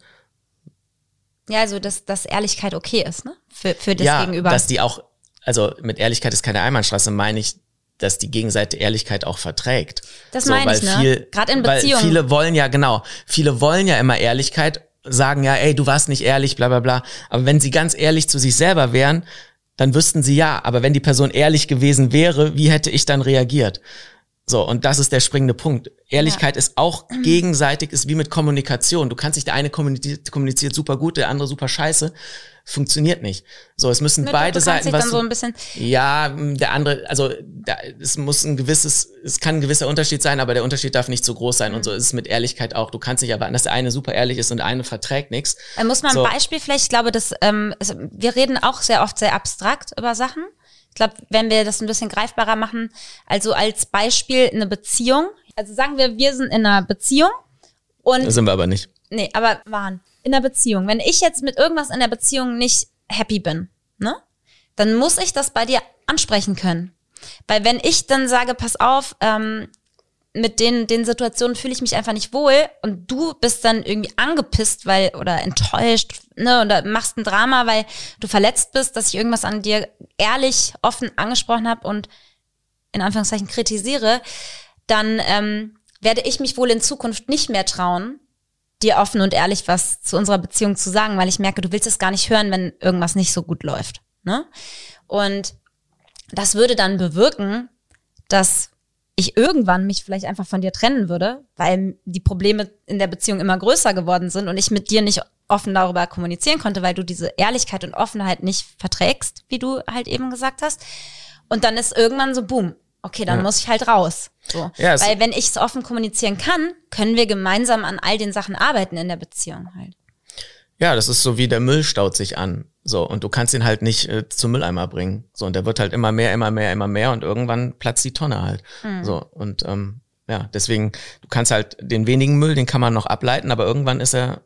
Ja, also dass, dass Ehrlichkeit okay ist, ne? Für, für das ja, Gegenüber. Dass die auch, also mit Ehrlichkeit ist keine Einbahnstraße, meine ich, dass die Gegenseite Ehrlichkeit auch verträgt. Das so, meine ich, ne? Gerade in Beziehungen. Weil viele wollen ja, genau, viele wollen ja immer Ehrlichkeit, sagen ja, ey, du warst nicht ehrlich, bla bla bla. Aber wenn sie ganz ehrlich zu sich selber wären, dann wüssten sie ja, aber wenn die Person ehrlich gewesen wäre, wie hätte ich dann reagiert? So, und das ist der springende Punkt. Ehrlichkeit ja. ist auch gegenseitig, ist wie mit Kommunikation. Du kannst nicht, der eine kommuniziert, kommuniziert super gut, der andere super scheiße. Funktioniert nicht. So, es müssen Mit, beide du Seiten was. Dann so ein bisschen ja, der andere, also da, es muss ein gewisses, es kann ein gewisser Unterschied sein, aber der Unterschied darf nicht zu groß sein. Mhm. Und so ist es mit Ehrlichkeit auch. Du kannst nicht erwarten, dass der eine super ehrlich ist und der eine verträgt nichts. Muss man so. ein Beispiel vielleicht, ich glaube, dass ähm, es, wir reden auch sehr oft sehr abstrakt über Sachen. Ich glaube, wenn wir das ein bisschen greifbarer machen, also als Beispiel eine Beziehung. Also sagen wir, wir sind in einer Beziehung und... Das sind wir aber nicht. Nee, aber waren in einer Beziehung. Wenn ich jetzt mit irgendwas in der Beziehung nicht happy bin, ne, dann muss ich das bei dir ansprechen können. Weil wenn ich dann sage, pass auf, ähm, mit den, den Situationen fühle ich mich einfach nicht wohl und du bist dann irgendwie angepisst, weil, oder enttäuscht, ne, oder machst ein Drama, weil du verletzt bist, dass ich irgendwas an dir ehrlich, offen angesprochen habe und in Anführungszeichen kritisiere, dann ähm, werde ich mich wohl in Zukunft nicht mehr trauen, dir offen und ehrlich was zu unserer Beziehung zu sagen, weil ich merke, du willst es gar nicht hören, wenn irgendwas nicht so gut läuft, ne? Und das würde dann bewirken, dass ich irgendwann mich vielleicht einfach von dir trennen würde, weil die Probleme in der Beziehung immer größer geworden sind und ich mit dir nicht offen darüber kommunizieren konnte, weil du diese Ehrlichkeit und Offenheit nicht verträgst, wie du halt eben gesagt hast. Und dann ist irgendwann so, boom, okay, dann ja. muss ich halt raus. So. Ja, weil wenn ich es offen kommunizieren kann, können wir gemeinsam an all den Sachen arbeiten in der Beziehung halt. Ja, das ist so wie der Müll staut sich an. So, und du kannst ihn halt nicht äh, zum Mülleimer bringen. So, und der wird halt immer mehr, immer mehr, immer mehr und irgendwann platzt die Tonne halt. Mhm. So, und ähm, ja, deswegen, du kannst halt den wenigen Müll, den kann man noch ableiten, aber irgendwann ist er,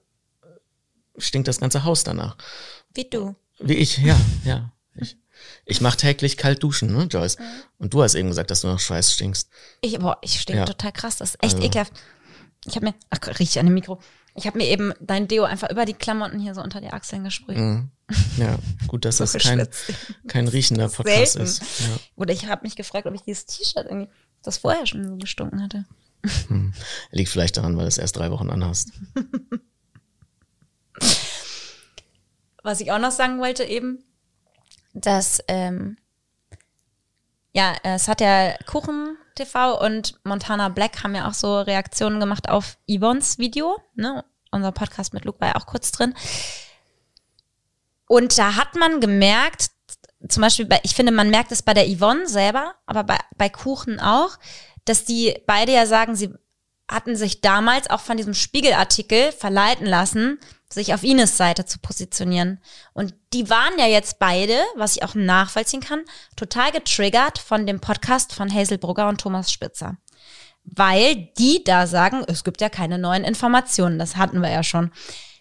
stinkt das ganze Haus danach. Wie du. Wie ich, ja, ja. Ich, ich mache täglich kalt duschen, ne, Joyce? Mhm. Und du hast eben gesagt, dass du nach Schweiß stinkst. Ich, boah, ich stink ja. total krass, das ist echt also. ekelhaft. Ich habe mir, ach, riech ich an dem Mikro. Ich habe mir eben dein Deo einfach über die Klamotten hier so unter die Achseln gesprüht. Mhm. Ja, gut, dass das kein, kein riechender Podcast Selten. ist. Ja. Oder ich habe mich gefragt, ob ich dieses T-Shirt irgendwie, das vorher schon so gestunken hatte. Hm. Liegt vielleicht daran, weil du es erst drei Wochen anhast. Was ich auch noch sagen wollte eben, dass, ähm, ja, es hat ja Kuchen T V und Montana Black haben ja auch so Reaktionen gemacht auf Yvonnes Video, ne? Unser Podcast mit Luke war ja auch kurz drin. Und da hat man gemerkt, zum Beispiel, bei, ich finde, man merkt es bei der Yvonne selber, aber bei, bei Kuchen auch, dass die beide ja sagen, sie hatten sich damals auch von diesem Spiegelartikel verleiten lassen, sich auf Ines Seite zu positionieren. Und die waren ja jetzt beide, was ich auch nachvollziehen kann, total getriggert von dem Podcast von Hazel Brugger und Thomas Spitzer. Weil die da sagen, es gibt ja keine neuen Informationen, das hatten wir ja schon.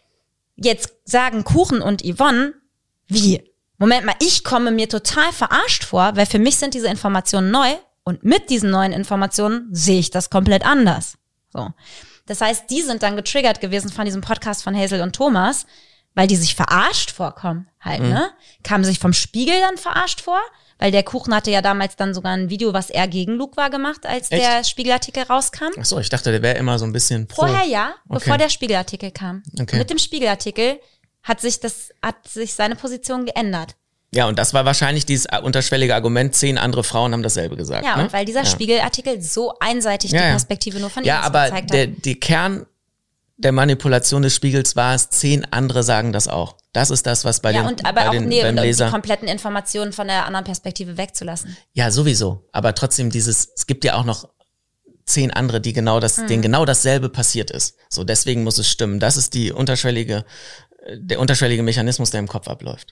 Jetzt sagen Kuchen und Yvonne, wie? Moment mal, ich komme mir total verarscht vor, weil für mich sind diese Informationen neu und mit diesen neuen Informationen sehe ich das komplett anders. So. Das heißt, die sind dann getriggert gewesen von diesem Podcast von Hazel und Thomas, weil die sich verarscht vorkommen halt, mhm. ne? Kamen sich vom Spiegel dann verarscht vor, weil der Kuchen hatte ja damals dann sogar ein Video, was er gegen Luke war, gemacht, als Echt? der Spiegelartikel rauskam. Ach so, ich dachte, der wäre immer so ein bisschen pro. Vorher ja, okay. bevor der Spiegelartikel kam. Okay. Mit dem Spiegelartikel hat sich das, hat sich seine Position geändert. Ja, und das war wahrscheinlich dieses unterschwellige Argument, zehn andere Frauen haben dasselbe gesagt. Ja, ne? und weil dieser ja. Spiegelartikel so einseitig ja, die ja. Perspektive nur von ja, ihm aber gezeigt der, hat. die Kern der Manipulation des Spiegels war es, zehn andere sagen das auch. Das ist das, was bei ja, den, und aber bei auch den nee, beim und Leser... die kompletten Informationen von der anderen Perspektive wegzulassen. Ja, sowieso. Aber trotzdem dieses, es gibt ja auch noch zehn andere, die genau das, hm. denen genau dasselbe passiert ist. So, deswegen muss es stimmen. Das ist die unterschwellige, der unterschwellige Mechanismus, der im Kopf abläuft.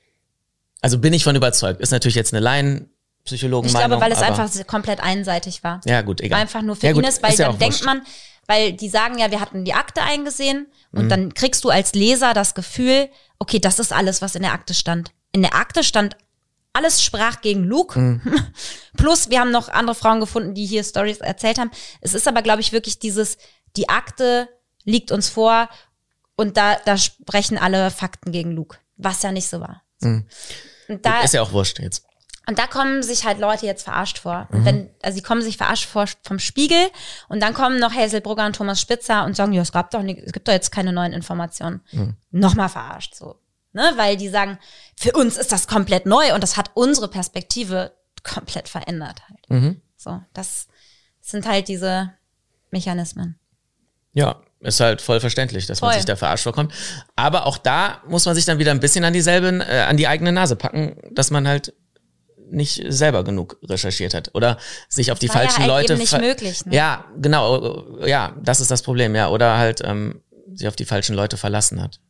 Also bin ich von überzeugt. Ist natürlich jetzt eine Laienpsychologenmeinung. Ich glaube, weil es aber einfach komplett einseitig war. Ja, gut, egal. Einfach nur für ja, gut, Ines, weil ja dann denkt wurscht. man, weil die sagen ja, wir hatten die Akte eingesehen und mhm. dann kriegst du als Leser das Gefühl, okay, das ist alles, was in der Akte stand. In der Akte stand, alles sprach gegen Luke. Mhm. Plus, wir haben noch andere Frauen gefunden, die hier Storys erzählt haben. Es ist aber, glaube ich, wirklich dieses, die Akte liegt uns vor und da, da sprechen alle Fakten gegen Luke. Was ja nicht so war. Mhm. Und da, ist ja auch wurscht jetzt. Und da kommen sich halt Leute jetzt verarscht vor. Und wenn, also sie kommen sich verarscht vor vom Spiegel und dann kommen noch Hazel Brugger und Thomas Spitzer und sagen, ja, es gab doch nicht, es gibt doch jetzt keine neuen Informationen. Mhm. Nochmal verarscht, so. Ne, weil die sagen, für uns ist das komplett neu und das hat unsere Perspektive komplett verändert halt. Mhm. So, das sind halt diese Mechanismen. Ja, ist halt voll verständlich, dass voll. man sich da verarscht vorkommt. Aber auch da muss man sich dann wieder ein bisschen an dieselben, äh, an die eigene Nase packen, dass man halt nicht selber genug recherchiert hat oder sich auf die war falschen ja halt Leute eben nicht ver- möglich, ne? Ja, genau, ja, das ist das Problem, ja, oder halt ähm, sich auf die falschen Leute verlassen hat.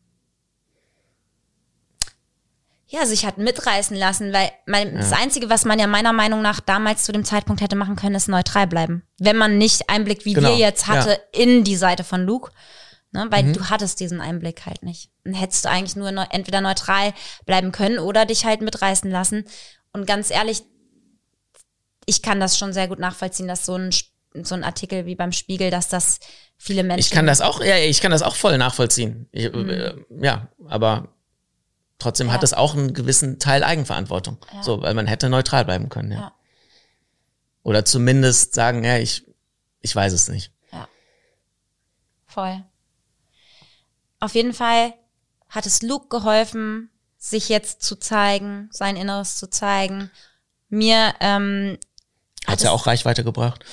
Ja, sich hat mitreißen lassen, weil mein, ja. das Einzige, was man ja meiner Meinung nach damals zu dem Zeitpunkt hätte machen können, ist neutral bleiben. Wenn man nicht Einblick, wie genau. wir jetzt hatte, ja. in die Seite von Luke, ne, weil mhm. du hattest diesen Einblick halt nicht. Dann hättest du eigentlich nur ne, entweder neutral bleiben können oder dich halt mitreißen lassen. Und ganz ehrlich, ich kann das schon sehr gut nachvollziehen, dass so ein so ein Artikel wie beim Spiegel, dass das viele Menschen... Ich kann das auch, ja, ich kann das auch voll nachvollziehen. Ich, mhm. äh, ja, aber trotzdem ja. hat es auch einen gewissen Teil Eigenverantwortung. Ja. So, weil man hätte neutral bleiben können, ja. ja. Oder zumindest sagen, ja, ich, ich weiß es nicht. Ja. Voll. Auf jeden Fall hat es Luke geholfen, sich jetzt zu zeigen, sein Inneres zu zeigen. Mir ähm, hat es ja auch Reichweite gebracht.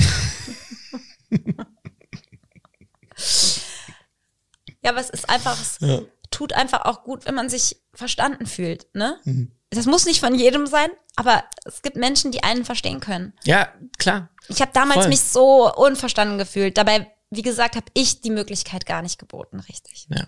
Ja, aber es ist einfach, es ja. tut einfach auch gut, wenn man sich verstanden fühlt, ne? Mhm. Das muss nicht von jedem sein, aber es gibt Menschen, die einen verstehen können. Ja, klar. Ich habe damals Voll. mich so unverstanden gefühlt. Dabei, wie gesagt, habe ich die Möglichkeit gar nicht geboten, richtig. Ja.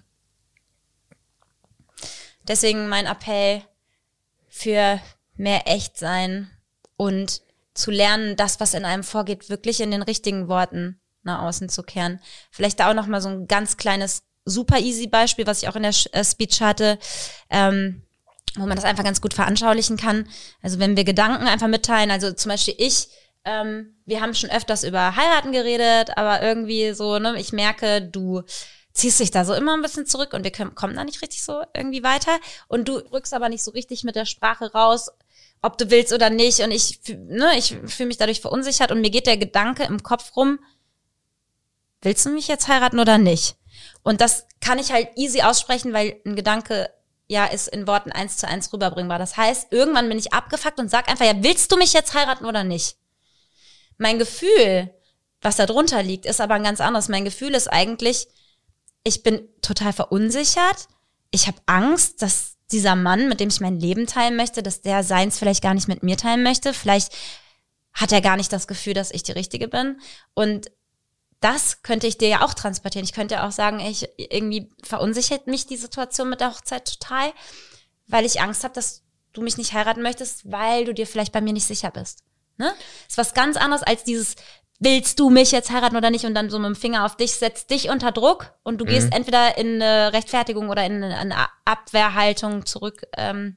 Deswegen mein Appell für mehr Echtsein und zu lernen, das, was in einem vorgeht, wirklich in den richtigen Worten nach außen zu kehren. Vielleicht da auch noch mal so ein ganz kleines, super easy Beispiel, was ich auch in der Speech hatte, ähm, wo man das einfach ganz gut veranschaulichen kann. Also wenn wir Gedanken einfach mitteilen, also zum Beispiel ich, ähm, wir haben schon öfters über Heiraten geredet, aber irgendwie so, ne, ich merke, du ziehst dich da so immer ein bisschen zurück und wir können, kommen da nicht richtig so irgendwie weiter und du rückst aber nicht so richtig mit der Sprache raus, ob du willst oder nicht und ich, ne, ich fühle mich dadurch verunsichert und mir geht der Gedanke im Kopf rum, willst du mich jetzt heiraten oder nicht? Und das kann ich halt easy aussprechen, weil ein Gedanke ja ist in Worten eins zu eins rüberbringbar. Das heißt, irgendwann bin ich abgefuckt und sag einfach, ja, willst du mich jetzt heiraten oder nicht? Mein Gefühl, was da drunter liegt, ist aber ein ganz anderes. Mein Gefühl ist eigentlich, ich bin total verunsichert. Ich habe Angst, dass dieser Mann, mit dem ich mein Leben teilen möchte, dass der seins vielleicht gar nicht mit mir teilen möchte. Vielleicht hat er gar nicht das Gefühl, dass ich die Richtige bin. Und das könnte ich dir ja auch transportieren. Ich könnte auch sagen, ich irgendwie verunsichert mich die Situation mit der Hochzeit total, weil ich Angst habe, dass du mich nicht heiraten möchtest, weil du dir vielleicht bei mir nicht sicher bist. Ne? Das ist was ganz anderes als dieses, willst du mich jetzt heiraten oder nicht? Und dann so mit dem Finger auf dich, setzt dich unter Druck und du mhm. gehst entweder in eine Rechtfertigung oder in eine Abwehrhaltung zurück, ähm,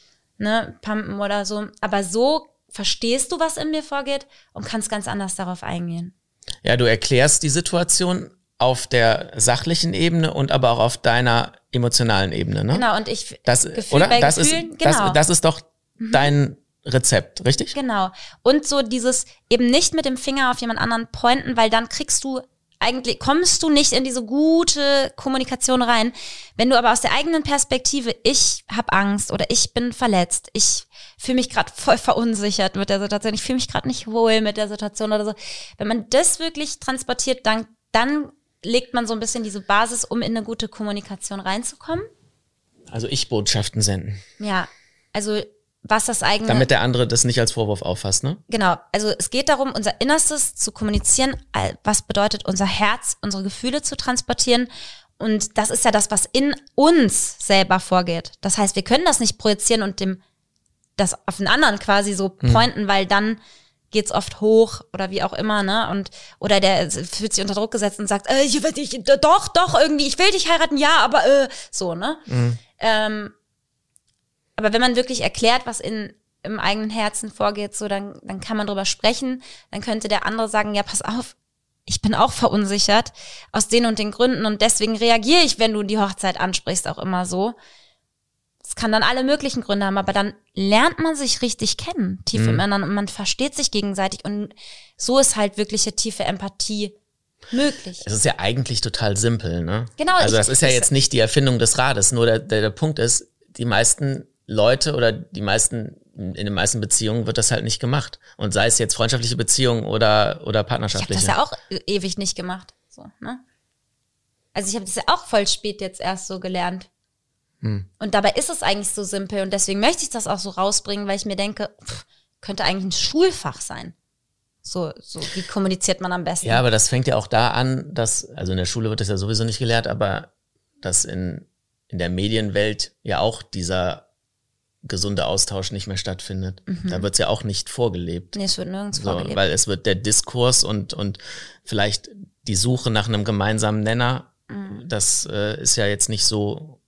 ne, pumpen oder so. Aber so verstehst du, was in mir vorgeht und kannst ganz anders darauf eingehen. Ja, du erklärst die Situation auf der sachlichen Ebene und aber auch auf deiner emotionalen Ebene, ne? Genau, und ich, das, Gefühl oder? bei Das Gefühlen, ist, genau. Das, das ist doch mhm. dein Rezept, richtig? Genau. Und so dieses eben nicht mit dem Finger auf jemand anderen pointen, weil dann kriegst du eigentlich, kommst du nicht in diese gute Kommunikation rein. Wenn du aber aus der eigenen Perspektive, ich habe Angst oder ich bin verletzt, ich fühle mich gerade voll verunsichert mit der Situation, ich fühle mich gerade nicht wohl mit der Situation oder so. Wenn man das wirklich transportiert, dann, dann legt man so ein bisschen diese Basis, um in eine gute Kommunikation reinzukommen. Also Ich-Botschaften senden. Ja, also was das eigene... Damit der andere das nicht als Vorwurf auffasst, ne? Genau, also es geht darum, unser Innerstes zu kommunizieren, was bedeutet unser Herz, unsere Gefühle zu transportieren, und das ist ja das, was in uns selber vorgeht. Das heißt, wir können das nicht projizieren und dem das auf den anderen quasi so pointen, hm. weil dann geht's oft hoch oder wie auch immer, ne? Und oder der fühlt sich unter Druck gesetzt und sagt, äh, ich will dich, doch, doch, irgendwie, ich will dich heiraten, ja, aber äh, so, ne? Hm. Ähm, aber wenn man wirklich erklärt, was in im eigenen Herzen vorgeht, so dann dann kann man drüber sprechen. Dann könnte der andere sagen, ja, pass auf, ich bin auch verunsichert aus den und den Gründen und deswegen reagiere ich, wenn du die Hochzeit ansprichst, auch immer so. Es kann dann alle möglichen Gründe haben, aber dann lernt man sich richtig kennen, tief mhm. im Inneren, und man versteht sich gegenseitig, und so ist halt wirkliche tiefe Empathie möglich. Es ist ja eigentlich total simpel, ne? Genau. Also ich, das ist ja ich, jetzt nicht die Erfindung des Rades, nur der, der, der Punkt ist, die meisten Leute oder die meisten, in den meisten Beziehungen wird das halt nicht gemacht. Und sei es jetzt freundschaftliche Beziehungen oder, oder partnerschaftliche. Ich habe das ja auch ewig nicht gemacht. So, ne? Also ich habe das ja auch voll spät jetzt erst so gelernt. Hm. Und dabei ist es eigentlich so simpel. Und deswegen möchte ich das auch so rausbringen, weil ich mir denke, pff, könnte eigentlich ein Schulfach sein. So, so, wie kommuniziert man am besten? Ja, aber das fängt ja auch da an, dass, also in der Schule wird das ja sowieso nicht gelehrt, aber dass in, in der Medienwelt ja auch dieser gesunde Austausch nicht mehr stattfindet. Mhm. Da wird es ja auch nicht vorgelebt. Nee, es wird nirgends so, vorgelebt. Weil es wird der Diskurs und, und vielleicht die Suche nach einem gemeinsamen Nenner, mhm. das äh, ist ja jetzt nicht so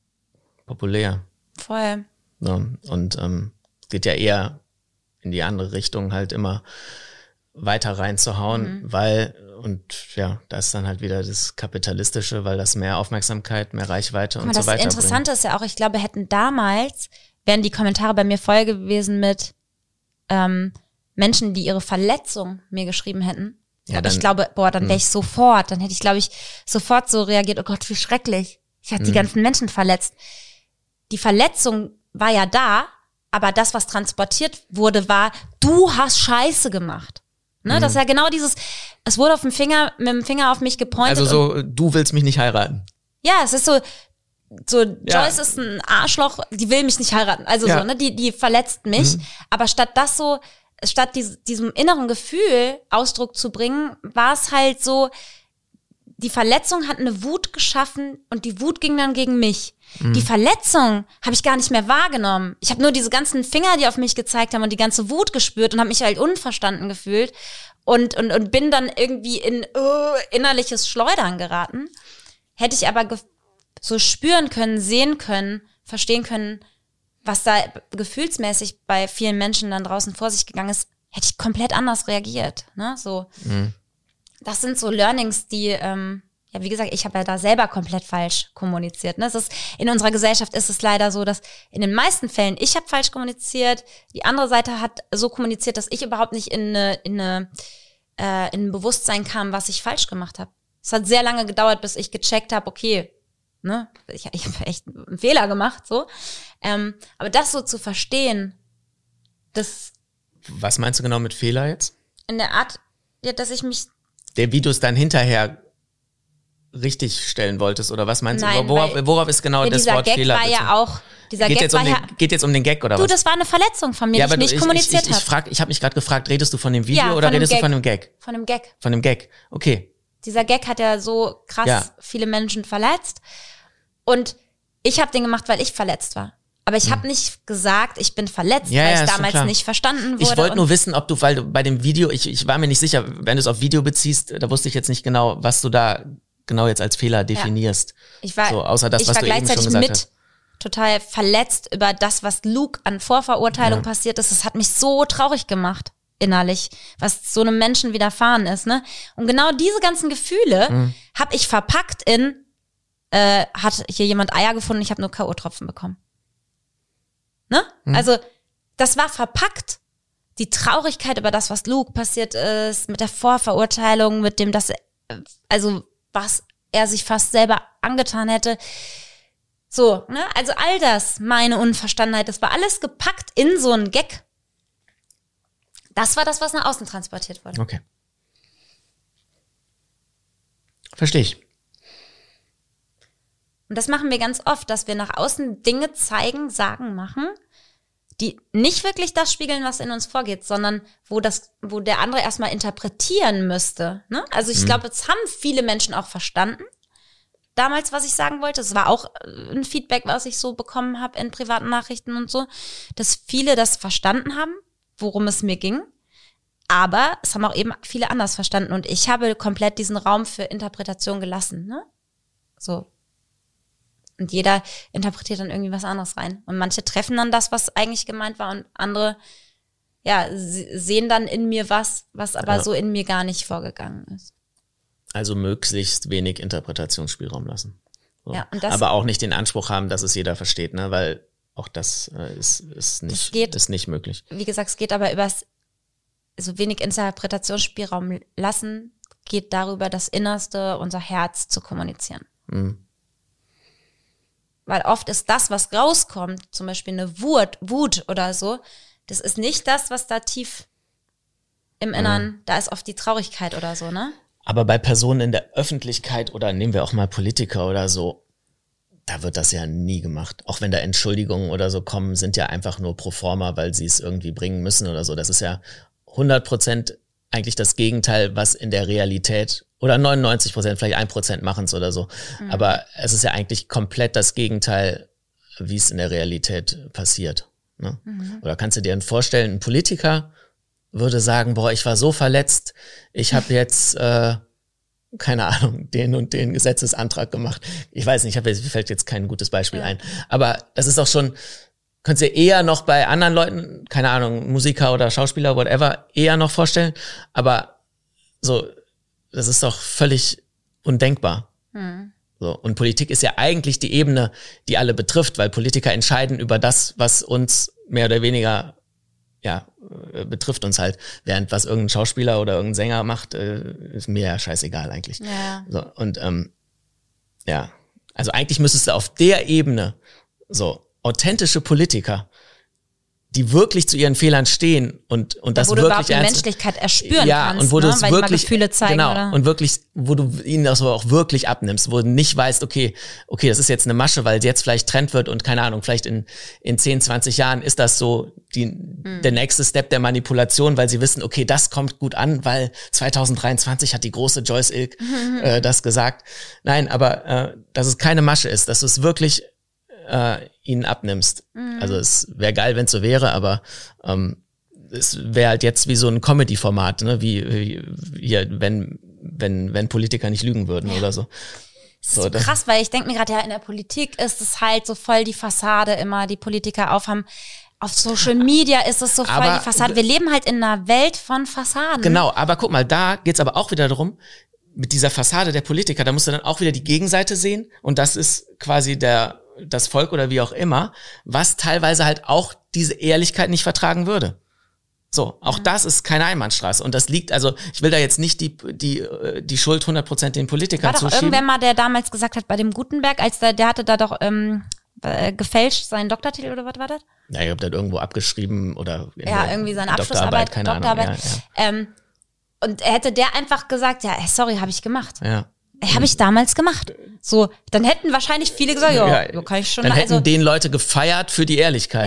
populär. Voll. So, und ähm, geht ja eher in die andere Richtung, halt immer weiter reinzuhauen, mhm. weil, und ja, da ist dann halt wieder das Kapitalistische, weil das mehr Aufmerksamkeit, mehr Reichweite und so weiter bringt. Das Interessante ist ja auch, ich glaube, hätten damals, wären die Kommentare bei mir voll gewesen mit ähm, Menschen, die ihre Verletzung mir geschrieben hätten. Ja, dann, ich glaube, boah, dann wäre ich sofort, dann hätte ich, glaube ich, sofort so reagiert, oh Gott, wie schrecklich. Ich habe die ganzen Menschen verletzt. Die Verletzung war ja da, aber das, was transportiert wurde, war, du hast Scheiße gemacht. Ne, mhm. Das ist ja genau dieses, es wurde auf dem Finger, mit dem Finger auf mich gepointet. Also so, du willst mich nicht heiraten. Ja, es ist so, so, ja. Joyce ist ein Arschloch, die will mich nicht heiraten. Also ja. so, ne, die, die verletzt mich. Mhm. Aber statt das so, statt dies, diesem inneren Gefühl Ausdruck zu bringen, war es halt so, die Verletzung hat eine Wut geschaffen und die Wut ging dann gegen mich. Mhm. Die Verletzung habe ich gar nicht mehr wahrgenommen. Ich habe nur diese ganzen Finger, die auf mich gezeigt haben, und die ganze Wut gespürt und habe mich halt unverstanden gefühlt und und und bin dann irgendwie in uh, innerliches Schleudern geraten. Hätte ich aber ge- so spüren können, sehen können, verstehen können, was da gefühlsmäßig bei vielen Menschen dann draußen vor sich gegangen ist, hätte ich komplett anders reagiert. Ne? So. Mhm. Das sind so Learnings, die, ähm, ja, wie gesagt, ich habe ja da selber komplett falsch kommuniziert. Ne? Es ist, in unserer Gesellschaft ist es leider so, dass in den meisten Fällen ich habe falsch kommuniziert, die andere Seite hat so kommuniziert, dass ich überhaupt nicht in eine, in eine, äh, in ein Bewusstsein kam, was ich falsch gemacht habe. Es hat sehr lange gedauert, bis ich gecheckt habe, okay, ne, ich, ich habe echt einen Fehler gemacht, so. Ähm, aber das so zu verstehen, das. Was meinst du genau mit Fehler jetzt? In der Art, ja, dass ich mich Der, wie du es dann hinterher richtig stellen wolltest, oder was meinst Nein, du? Worauf, weil, worauf ist genau ja, das Wort Gag Fehler? War ja auch, dieser geht, Gag jetzt um war den, ja, geht jetzt um den Gag oder du, was? Du, das war eine Verletzung von mir, ja, die ich nicht ich, kommuniziert ich, ich, ich, habe. frag, ich habe mich gerade gefragt, redest du von dem Video Ja, oder von redest Gag. du von dem Gag? Von dem Gag. Von dem Gag, okay. Dieser Gag hat ja so krass ja. viele Menschen verletzt. Und ich habe den gemacht, weil ich verletzt war. Aber ich habe nicht gesagt, ich bin verletzt, ja, weil ja, ich damals nicht verstanden wurde. Ich wollte nur wissen, ob du, weil du bei dem Video, ich, ich war mir nicht sicher, wenn du es auf Video beziehst, da wusste ich jetzt nicht genau, was du da genau jetzt als Fehler definierst. Ja. Ich war, so, außer das, ich was war du eben schon gleichzeitig gesagt mit hast. total verletzt über das, was Luke an Vorverurteilung Ja. passiert ist. Das hat mich so traurig gemacht, innerlich, was so einem Menschen widerfahren ist. Ne? Und genau diese ganzen Gefühle mhm. habe ich verpackt in, äh, hat hier jemand Eier gefunden, ich habe nur K O-Tropfen bekommen. Ne? Mhm. Also das war verpackt. Die Traurigkeit über das, was Luke passiert ist, mit der Vorverurteilung, mit dem, dass er, also was er sich fast selber angetan hätte. So, ne? Also all das, meine Unverstandenheit, das war alles gepackt in so einen Gag. Das war das, was nach außen transportiert wurde. Okay. Verstehe ich. Und das machen wir ganz oft, dass wir nach außen Dinge zeigen, sagen, machen, die nicht wirklich das spiegeln, was in uns vorgeht, sondern wo das, wo der andere erstmal interpretieren müsste. Ne? Also ich mhm. glaube, es haben viele Menschen auch verstanden, damals, was ich sagen wollte. Es war auch ein Feedback, was ich so bekommen habe in privaten Nachrichten und so, dass viele das verstanden haben, worum es mir ging. Aber es haben auch eben viele anders verstanden. Und ich habe komplett diesen Raum für Interpretation gelassen. Ne? So. Und jeder interpretiert dann irgendwie was anderes rein. Und manche treffen dann das, was eigentlich gemeint war. Und andere, ja, sehen dann in mir was, was aber ja. so in mir gar nicht vorgegangen ist. Also möglichst wenig Interpretationsspielraum lassen. So. Ja, und das, aber auch nicht den Anspruch haben, dass es jeder versteht, ne? Weil auch das äh, ist, ist, nicht, geht, ist nicht möglich. Wie gesagt, es geht aber übers so wenig Interpretationsspielraum lassen, geht darüber, das Innerste, unser Herz zu kommunizieren. Mhm. Weil oft ist das, was rauskommt, zum Beispiel eine Wut, Wut oder so, das ist nicht das, was da tief im Innern, mhm. da ist oft die Traurigkeit oder so, ne? Aber bei Personen in der Öffentlichkeit oder nehmen wir auch mal Politiker oder so, da wird das ja nie gemacht. Auch wenn da Entschuldigungen oder so kommen, sind ja einfach nur pro forma, weil sie es irgendwie bringen müssen oder so. Das ist ja hundert Prozent eigentlich das Gegenteil, was in der Realität oder neunundneunzig Prozent, vielleicht ein Prozent machen es oder so. Mhm. Aber es ist ja eigentlich komplett das Gegenteil, wie es in der Realität passiert. Ne? Mhm. Oder kannst du dir vorstellen, ein Politiker würde sagen, boah, ich war so verletzt, ich habe jetzt, äh, keine Ahnung, den und den Gesetzesantrag gemacht. Ich weiß nicht, ich hab jetzt, mir fällt jetzt kein gutes Beispiel ja. ein. Aber das ist auch schon, könntest du dir eher noch bei anderen Leuten, keine Ahnung, Musiker oder Schauspieler, whatever, eher noch vorstellen. Aber so, das ist doch völlig undenkbar. Hm. So, und Politik ist ja eigentlich die Ebene, die alle betrifft, weil Politiker entscheiden über das, was uns mehr oder weniger, ja, betrifft uns halt. Während was irgendein Schauspieler oder irgendein Sänger macht, ist mir ja scheißegal eigentlich. Ja. So, und ähm, ja, also eigentlich müsstest du auf der Ebene so authentische Politiker, die wirklich zu ihren Fehlern stehen und und ja, das wo du wirklich überhaupt die Menschlichkeit erspüren ja, kannst, und wo ne? du es Weil wirklich die mal Gefühle zeigen, genau oder? Und wirklich, wo du ihnen das auch wirklich abnimmst, wo du nicht weißt, okay, okay, das ist jetzt eine Masche, weil jetzt vielleicht Trend wird und keine Ahnung, vielleicht in in zehn, zwanzig Jahren ist das so die hm. der nächste Step der Manipulation, weil sie wissen, okay, das kommt gut an, weil zwanzig dreiundzwanzig hat die große Joyce Ilk mhm. äh, das gesagt. Nein, aber äh, dass es keine Masche ist, dass du es wirklich äh, ihnen abnimmst. Mhm. Also es wäre geil, wenn es so wäre, aber ähm, es wäre halt jetzt wie so ein Comedy-Format, ne? Wie, wie hier, wenn wenn wenn Politiker nicht lügen würden ja. oder so. Das ist so, so krass, weil ich denke mir gerade, ja, in der Politik ist es halt so voll die Fassade immer, die Politiker aufhaben. Auf Social Media ist es so voll aber, die Fassade. Wir leben halt in einer Welt von Fassaden. Genau, aber guck mal, da geht's aber auch wieder darum, mit dieser Fassade der Politiker, da musst du dann auch wieder die Gegenseite sehen und das ist quasi der das Volk oder wie auch immer, was teilweise halt auch diese Ehrlichkeit nicht vertragen würde. So, auch ja. das ist keine Einbahnstraße. Und das liegt, also ich will da jetzt nicht die die die Schuld hundert Prozent den Politikern zuschieben. War doch irgendwer mal, der damals gesagt hat, bei dem Gutenberg, als der, der hatte da doch ähm, äh, gefälscht seinen Doktortitel oder was war das? Ja, ich habe das irgendwo abgeschrieben oder in ja, irgendwie seine Abschlussarbeit, keine Doktorarbeit. Ahnung. Ja, ja. Ähm, und hätte der einfach gesagt, ja, sorry, habe ich gemacht. Ja. Habe ich damals gemacht. So, dann hätten wahrscheinlich viele gesagt, ja, ja kann ich schon. Dann hätten also, den Leute gefeiert für die Ehrlichkeit. Ja.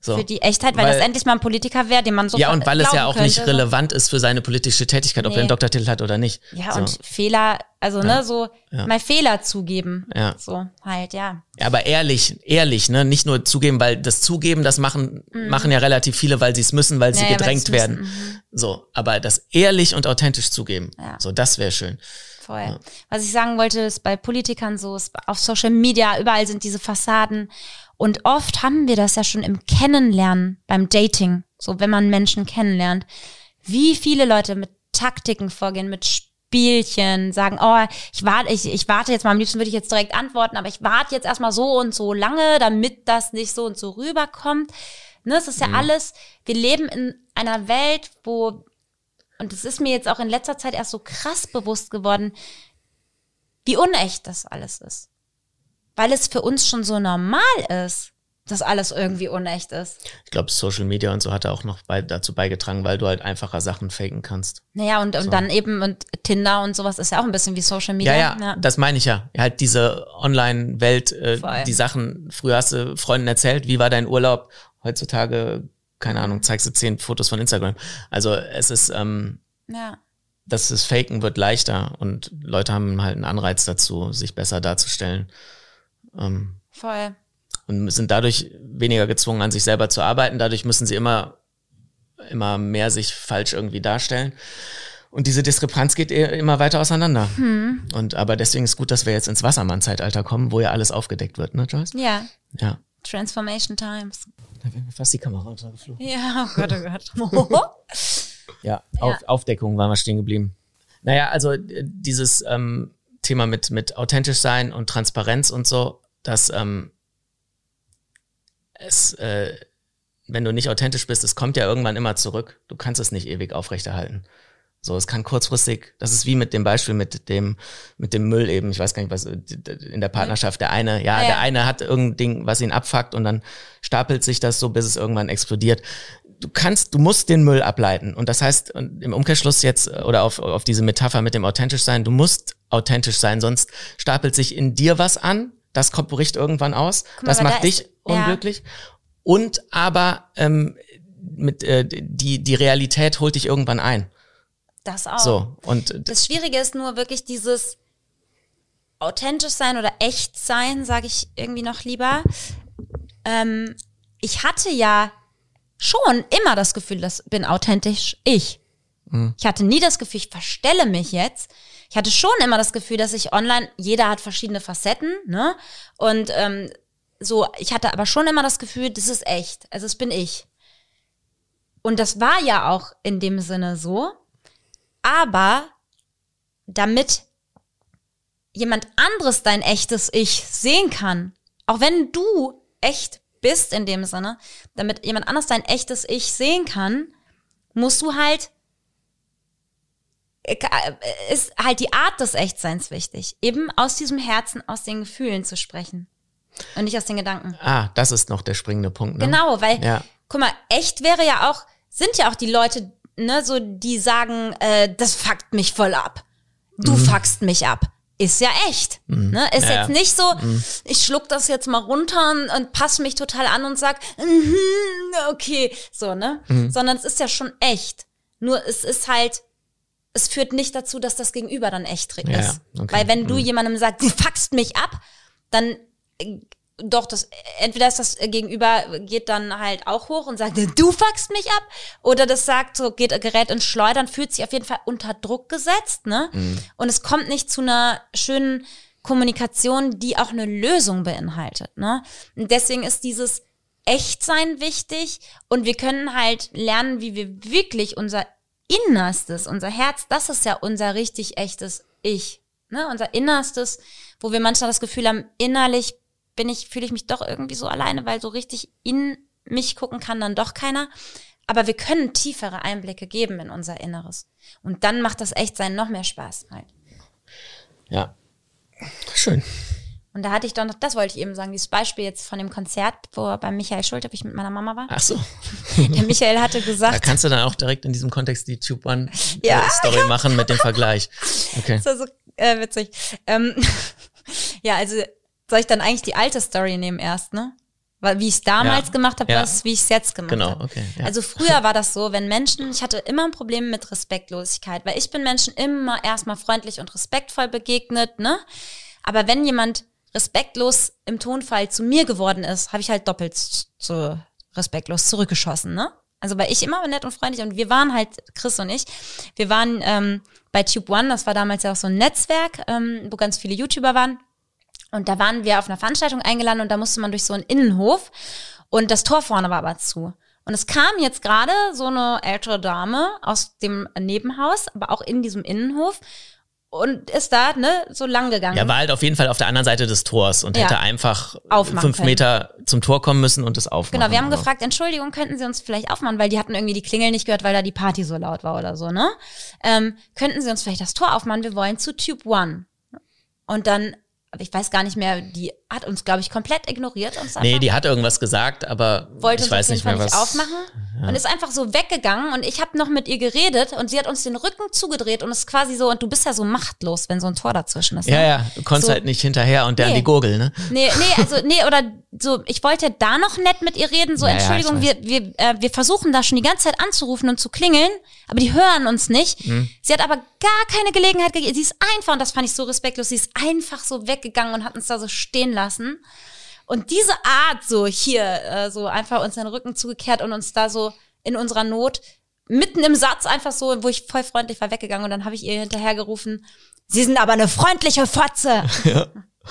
So. Für die Echtheit, weil, weil das endlich mal ein Politiker wäre, den man so Ja, und weil es ja auch könnte. nicht relevant ist für seine politische Tätigkeit, ob Nee. er einen Doktortitel hat oder nicht. Ja, so. und Fehler, also Ja. ne, so Ja. mal Fehler zugeben. Ja. So halt, ja. Ja, aber ehrlich, ehrlich, ne, nicht nur zugeben, weil das Zugeben, das machen, machen ja relativ viele, weil sie es müssen, weil sie Ja, ja, weil gedrängt sie's werden. müssen, mhm. So, aber das ehrlich und authentisch zugeben, Ja. so, das wäre schön. Voll. Ja. Was ich sagen wollte, ist bei Politikern so, ist auf Social Media, überall sind diese Fassaden. Und oft haben wir das ja schon im Kennenlernen, beim Dating, so wenn man Menschen kennenlernt, wie viele Leute mit Taktiken vorgehen, mit Spielchen, sagen, oh, ich warte, ich, ich warte jetzt mal, am liebsten würde ich jetzt direkt antworten, aber ich warte jetzt erstmal so und so lange, damit das nicht so und so rüberkommt. Ne, es ist ja Mhm. alles, wir leben in einer Welt, wo, und es ist mir jetzt auch in letzter Zeit erst so krass bewusst geworden, wie unecht das alles ist. Weil es für uns schon so normal ist, dass alles irgendwie unecht ist. Ich glaube, Social Media und so hat er auch noch bei, dazu beigetragen, weil du halt einfacher Sachen faken kannst. Naja, und, und So. dann eben, und Tinder und sowas ist ja auch ein bisschen wie Social Media. Ja, ja, das meine ich ja. Halt diese Online-Welt, äh, Voll. die Sachen, früher hast du Freunden erzählt, wie war dein Urlaub? Heutzutage, keine Ahnung, zeigst du zehn Fotos von Instagram. Also es ist, ähm, Ja. dass das Faken wird leichter und Leute haben halt einen Anreiz dazu, sich besser darzustellen. Ähm, Voll. und sind dadurch weniger gezwungen, an sich selber zu arbeiten. Dadurch müssen sie immer, immer mehr sich falsch irgendwie darstellen. Und diese Diskrepanz geht eh immer weiter auseinander. Hm. Und aber deswegen ist gut, dass wir jetzt ins Wassermann-Zeitalter kommen, wo ja alles aufgedeckt wird, ne, Joyce? Ja. Ja. Transformation Times. Da wäre mir fast die Kamera runtergeflogen. Ja, oh Gott, oh Gott. Ja, auf, Aufdeckung waren wir stehen geblieben. Naja, also äh, dieses ähm, Thema mit, mit authentisch sein und Transparenz und so, dass ähm, es, äh, wenn du nicht authentisch bist, es kommt ja irgendwann immer zurück. Du kannst es nicht ewig aufrechterhalten. So, es kann kurzfristig, das ist wie mit dem Beispiel mit dem, mit dem Müll eben, ich weiß gar nicht, was, in der Partnerschaft, der eine, ja, Ah, ja. der eine hat irgendein Ding, was ihn abfuckt und dann stapelt sich das so, bis es irgendwann explodiert. Du kannst, du musst den Müll ableiten und das heißt, und im Umkehrschluss jetzt, oder auf, auf diese Metapher mit dem authentisch sein, du musst authentisch sein, sonst stapelt sich in dir was an, das kommt, bricht irgendwann aus, Guck mal, das aber macht da dich ist- ja. unglücklich und aber ähm, mit äh, die die Realität holt dich irgendwann ein. Das auch. So, und Das Schwierige ist nur wirklich dieses authentisch sein oder echt sein, sage ich irgendwie noch lieber. Ähm, ich hatte ja schon immer das Gefühl, das bin authentisch ich. Mhm. Ich hatte nie das Gefühl, ich verstelle mich jetzt. Ich hatte schon immer das Gefühl, dass ich online, jeder hat verschiedene Facetten, ne? Und ähm, so, ich hatte aber schon immer das Gefühl, das ist echt. Also es bin ich. Und das war ja auch in dem Sinne so. Aber damit jemand anderes dein echtes Ich sehen kann, auch wenn du echt bist in dem Sinne, damit jemand anderes dein echtes Ich sehen kann, musst du halt, ist halt die Art des Echtseins wichtig. Eben aus diesem Herzen, aus den Gefühlen zu sprechen und nicht aus den Gedanken. ah, das ist noch der springende Punkt. Ne? Genau, weil, Ja. guck mal, echt wäre ja auch, sind ja auch die Leute, ne, so, die sagen, äh, das fuckt mich voll ab. Du Mhm. fuckst mich ab. Ist ja echt. Ne? Ist Ja, jetzt ja. nicht so, ich schluck das jetzt mal runter und, und passe mich total an und sag, mhm, okay, so, ne? Mhm. Sondern es ist ja schon echt. Nur es ist halt, es führt nicht dazu, dass das Gegenüber dann echt Ja, ist. ja, okay. Weil wenn du Mhm. jemandem sagst, du fuckst mich ab, dann äh, doch, das entweder ist das Gegenüber geht dann halt auch hoch und sagt, du fuckst mich ab, oder das sagt so, geht gerät ins Schleudern, fühlt sich auf jeden Fall unter Druck gesetzt, ne? Mhm. Und es kommt nicht zu einer schönen Kommunikation, die auch eine Lösung beinhaltet, ne? Und deswegen ist dieses Echtsein wichtig und wir können halt lernen, wie wir wirklich unser Innerstes, unser Herz, das ist ja unser richtig echtes Ich, ne? Unser Innerstes, wo wir manchmal das Gefühl haben, innerlich bin ich, fühle ich mich doch irgendwie so alleine, weil so richtig in mich gucken kann dann doch keiner. Aber wir können tiefere Einblicke geben in unser Inneres. Und dann macht das Echtsein noch mehr Spaß halt. Ja, schön. Und da hatte ich doch noch, das wollte ich eben sagen, dieses Beispiel jetzt von dem Konzert, wo bei Michael Schulte, wo ich mit meiner Mama war. Ach so, Der Michael hatte da gesagt, kannst du dann auch direkt in diesem Kontext die Tube One Ja, äh, Story machen mit dem Vergleich. Okay. das war so äh, witzig. Ähm, ja, also soll ich dann eigentlich die alte Story nehmen erst, ne? Weil wie ich es damals ja. gemacht habe, ja. was wie ich es jetzt gemacht genau, habe. okay, ja. Also früher war das so, wenn Menschen, ich hatte immer ein Problem mit Respektlosigkeit, weil ich bin Menschen immer erstmal freundlich und respektvoll begegnet, ne? Aber wenn jemand respektlos im Tonfall zu mir geworden ist, habe ich halt doppelt so respektlos zurückgeschossen, ne? Also weil ich immer nett und freundlich und wir waren halt, Chris und ich, wir waren ähm, bei Tube One, das war damals ja auch so ein Netzwerk, ähm, wo ganz viele YouTuber waren. Und da waren wir auf einer Veranstaltung eingeladen und da musste man durch so einen Innenhof und das Tor vorne war aber zu. Und es kam jetzt gerade so eine ältere Dame aus dem Nebenhaus, aber auch in diesem Innenhof und ist da ne so lang gegangen. Ja, war halt auf jeden Fall auf der anderen Seite des Tors und ja. hätte einfach Aufmachen fünf können. Meter zum Tor kommen müssen und es aufmachen. Genau, wir haben oder? gefragt, Entschuldigung, könnten Sie uns vielleicht aufmachen, weil die hatten irgendwie die Klingel nicht gehört, weil da die Party so laut war oder so, ne? Ähm, könnten Sie uns vielleicht das Tor aufmachen? Wir wollen zu Tube One. Und dann aber ich weiß gar nicht mehr, die hat uns, glaube ich, komplett ignoriert. Uns nee, die hat irgendwas gesagt, aber wollte ich uns weiß nicht mehr, nicht was. aufmachen ja. Und ist einfach so weggegangen und ich habe noch mit ihr geredet und sie hat uns den Rücken zugedreht und ist quasi so, und du bist ja so machtlos, wenn so ein Tor dazwischen ist. Ne? Ja, ja, du konntest so, halt nicht hinterher und der nee. an die Gurgel, ne? Nee, nee, also, nee, oder so, ich wollte da noch nett mit ihr reden, so, ja, Entschuldigung, ja, wir, wir, äh, wir versuchen da schon die ganze Zeit anzurufen und zu klingeln, aber die hören uns nicht. Mhm. Sie hat aber gar keine Gelegenheit gegeben, sie ist einfach, und das fand ich so respektlos, sie ist einfach so weggegangen und hat uns da so stehen lassen. Und diese Art, so hier, äh, so einfach uns den Rücken zugekehrt und uns da so in unserer Not, mitten im Satz einfach so, wo ich voll freundlich war, weggegangen und dann habe ich ihr hinterhergerufen, Sie sind aber eine freundliche Fotze. Ja.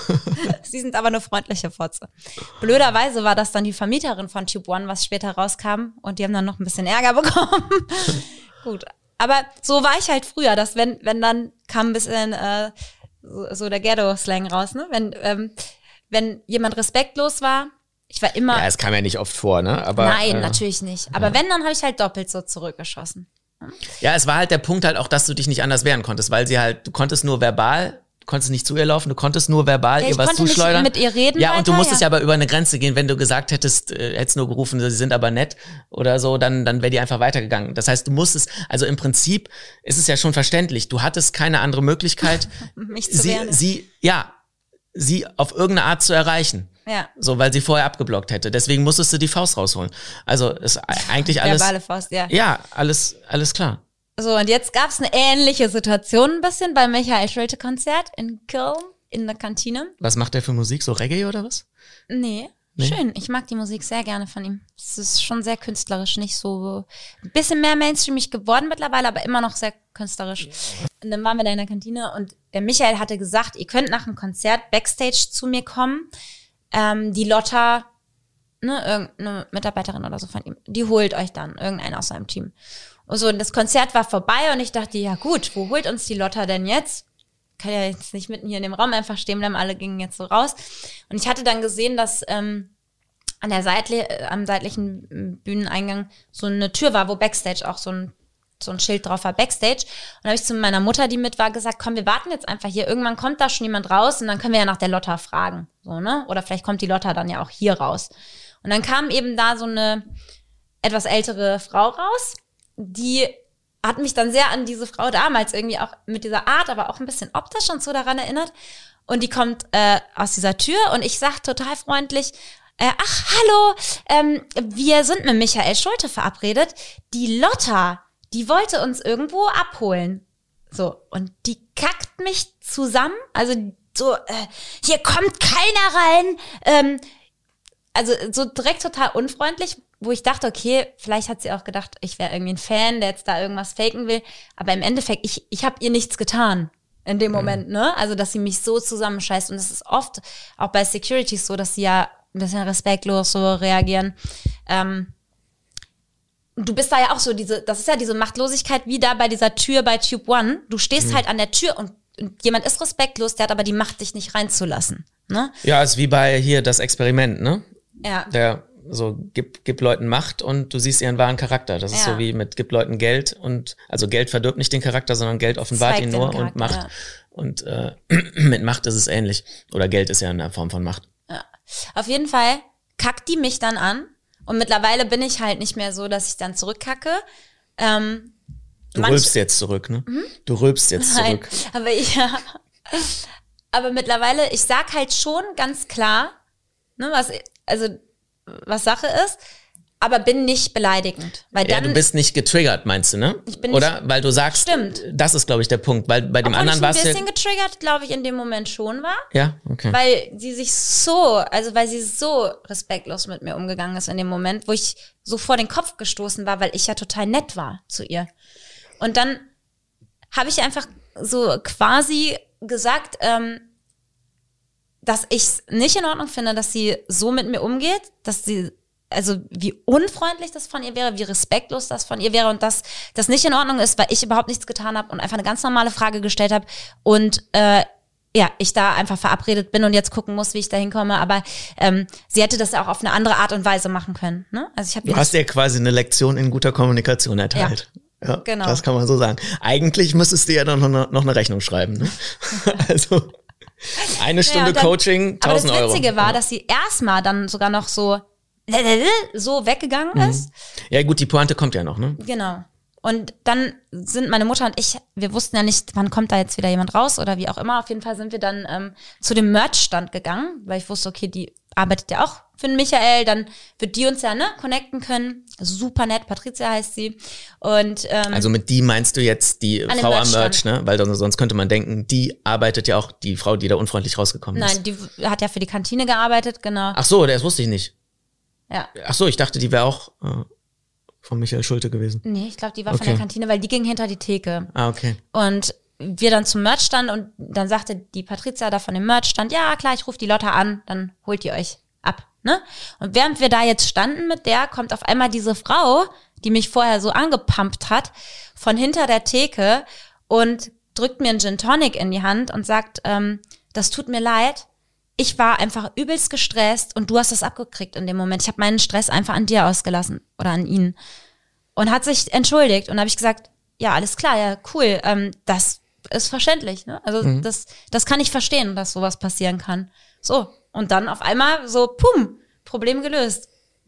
Sie sind aber eine freundliche Fotze. Blöderweise war das dann die Vermieterin von Tube One, was später rauskam und die haben dann noch ein bisschen Ärger bekommen. Gut, aber so war ich halt früher, dass wenn wenn dann kam ein bisschen äh, so, so der Ghetto-Slang raus, ne? Wenn ähm, wenn jemand respektlos war, ich war immer... Ja, es kam ja nicht oft vor, ne? Aber, Nein, äh, natürlich nicht. Aber ja. wenn, dann habe ich halt doppelt so zurückgeschossen. Ja, es war halt der Punkt halt auch, dass du dich nicht anders wehren konntest, weil sie halt, du konntest nur verbal, du konntest nicht zu ihr laufen, du konntest nur verbal ja, ihr was zuschleudern. Ich konnte nicht mit ihr reden Ja, weiter, und du musstest ja. ja aber über eine Grenze gehen, wenn du gesagt hättest, äh, hättest nur gerufen, sie sind aber nett oder so, dann dann wäre die einfach weitergegangen. Das heißt, du musstest, also im Prinzip ist es ja schon verständlich, du hattest keine andere Möglichkeit, mich zu sie, wehren. sie, ja, sie auf irgendeine Art zu erreichen. Ja. So, weil sie vorher abgeblockt hätte. Deswegen musstest du die Faust rausholen. Also ist eigentlich alles. Verbale Faust, ja. Ja, alles, alles klar. So, und jetzt gab's eine ähnliche Situation ein bisschen beim Michael Schulte-Konzert in Köln, in der Kantine. Was macht der für Musik? So Reggae oder was? Nee, nee, schön. Ich mag die Musik sehr gerne von ihm. Es ist schon sehr künstlerisch, nicht so ein bisschen mehr mainstreamig geworden mittlerweile, aber immer noch sehr künstlerisch. Und dann waren wir da in der Kantine und der Michael hatte gesagt, ihr könnt nach dem Konzert Backstage zu mir kommen. Ähm, die Lotta, ne, irgendeine Mitarbeiterin oder so von ihm, die holt euch dann, irgendeinen aus seinem Team. Und so, und das Konzert war vorbei und ich dachte, ja gut, wo holt uns die Lotta denn jetzt? Kann ja jetzt nicht mitten hier in dem Raum einfach stehen bleiben, alle gingen jetzt so raus. Und ich hatte dann gesehen, dass ähm, an der Seite, äh, am seitlichen Bühneneingang so eine Tür war, wo Backstage auch so ein so ein Schild drauf war, Backstage. Und da habe ich zu meiner Mutter, die mit war, gesagt, komm, wir warten jetzt einfach hier. Irgendwann kommt da schon jemand raus und dann können wir ja nach der Lotta fragen. So, ne? Oder vielleicht kommt die Lotta dann ja auch hier raus. Und dann kam eben da so eine etwas ältere Frau raus, die hat mich dann sehr an diese Frau damals irgendwie auch mit dieser Art, aber auch ein bisschen optisch und so daran erinnert. Und die kommt äh, aus dieser Tür und ich sag total freundlich, äh, ach, hallo, ähm, wir sind mit Michael Schulte verabredet. Die Lotta, die wollte uns irgendwo abholen. So, und die kackt mich zusammen. Also so, äh, hier kommt keiner rein. Ähm, also so direkt total unfreundlich, wo ich dachte, okay, vielleicht hat sie auch gedacht, ich wäre irgendwie ein Fan, der jetzt da irgendwas faken will. Aber im Endeffekt, ich, ich habe ihr nichts getan in dem Moment, mhm. ne? Also, dass sie mich so zusammenscheißt. Und das ist oft auch bei Securities so, dass sie ja ein bisschen respektlos so reagieren. Ähm, Du bist da ja auch so, diese, das ist ja diese Machtlosigkeit wie da bei dieser Tür bei Tube One. Du stehst mhm. halt an der Tür und, und jemand ist respektlos, der hat aber die Macht, dich nicht reinzulassen. Ne? Ja, ist wie bei hier das Experiment, ne? Ja. Der so, gib, gib Leuten Macht und du siehst ihren wahren Charakter. Das ist ja. so wie mit gib Leuten Geld und, also Geld verdirbt nicht den Charakter, sondern Geld offenbart ihn nur und Macht. Ja. Und äh, mit Macht ist es ähnlich. Oder Geld ist ja eine Form von Macht. Ja. Auf jeden Fall kackt die mich dann an. Und mittlerweile bin ich halt nicht mehr so, dass ich dann zurückkacke. Ähm, du rülpst jetzt zurück, ne? Mhm. Du rülpst jetzt Nein, zurück. aber ja. Aber mittlerweile, ich sag halt schon ganz klar, ne, was, also was Sache ist, aber bin nicht beleidigend. Weil dann, ja, du bist nicht getriggert, meinst du, ne? Ich bin Oder? nicht, Weil du sagst, stimmt. Das ist, glaube ich, der Punkt. Weil bei dem Obwohl anderen war es ich ein ja... bisschen getriggert, glaube ich, in dem Moment schon war. Ja, okay. Weil sie sich so, also weil sie so respektlos mit mir umgegangen ist in dem Moment, wo ich so vor den Kopf gestoßen war, weil ich ja total nett war zu ihr. Und dann habe ich einfach so quasi gesagt, ähm, dass ich es nicht in Ordnung finde, dass sie so mit mir umgeht, dass sie also wie unfreundlich das von ihr wäre, wie respektlos das von ihr wäre und dass das nicht in Ordnung ist, weil ich überhaupt nichts getan habe und einfach eine ganz normale Frage gestellt habe und äh, ja, ich da einfach verabredet bin und jetzt gucken muss, wie ich da hinkomme, aber ähm, sie hätte das ja auch auf eine andere Art und Weise machen können. Ne? Also ich hab du hast ja quasi eine Lektion in guter Kommunikation erteilt. Ja, ja, genau. Das kann man so sagen. Eigentlich müsstest du ja noch, noch, noch eine Rechnung schreiben. Ne? Also eine Stunde ja, dann, Coaching, tausend Euro. Aber das Witzige Euro. war, ja. dass sie erstmal dann sogar noch so so weggegangen ist. Mhm. Ja gut, die Pointe kommt ja noch, ne? Genau. Und dann sind meine Mutter und ich, wir wussten ja nicht, wann kommt da jetzt wieder jemand raus oder wie auch immer. Auf jeden Fall sind wir dann ähm, zu dem Merch-Stand gegangen, weil ich wusste, okay, die arbeitet ja auch für den Michael, dann wird die uns ja ne connecten können. Super nett, Patricia heißt sie. Und ähm, also mit die meinst du jetzt die Frau am Merch, ne? Weil sonst könnte man denken, die arbeitet ja auch, die Frau, die da unfreundlich rausgekommen Nein, ist. Nein, die hat ja für die Kantine gearbeitet, genau. Ach so, das wusste ich nicht. Ja. Ach so, ich dachte, die wäre auch äh, von Michael Schulte gewesen. Nee, ich glaube, die war okay. von der Kantine, weil die ging hinter die Theke. Ah, okay. Und wir dann zum Merchstand und dann sagte die Patricia da von dem Merchstand, ja klar, ich rufe die Lotta an, dann holt ihr euch ab, ne? Und während wir da jetzt standen mit der, kommt auf einmal diese Frau, die mich vorher so angepumpt hat, von hinter der Theke und drückt mir einen Gin Tonic in die Hand und sagt, ähm, das tut mir leid, ich war einfach übelst gestresst und du hast das abgekriegt in dem Moment. Ich habe meinen Stress einfach an dir ausgelassen oder an ihn. Und hat sich entschuldigt. Und habe ich gesagt, ja, alles klar, ja, cool. Ähm, das ist verständlich. Ne? Also mhm. das, das kann ich verstehen, dass sowas passieren kann. So, und dann auf einmal so, pum, Problem gelöst.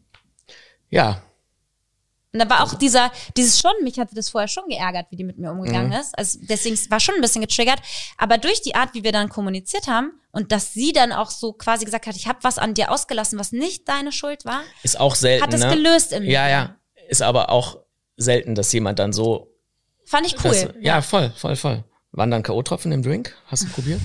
Ja. Und da war auch dieser, dieses schon, mich hatte das vorher schon geärgert, wie die mit mir umgegangen mhm. ist. Also deswegen war schon ein bisschen getriggert. Aber durch die Art, wie wir dann kommuniziert haben und dass sie dann auch so quasi gesagt hat, ich habe was an dir ausgelassen, was nicht deine Schuld war. Ist auch selten, hat das ne? gelöst in mir. Ja, ja. Ist aber auch selten, dass jemand dann so. Fand ich cool. Das, ja, voll, voll, voll. Waren dann K O-Tropfen im Drink? Hast du probiert?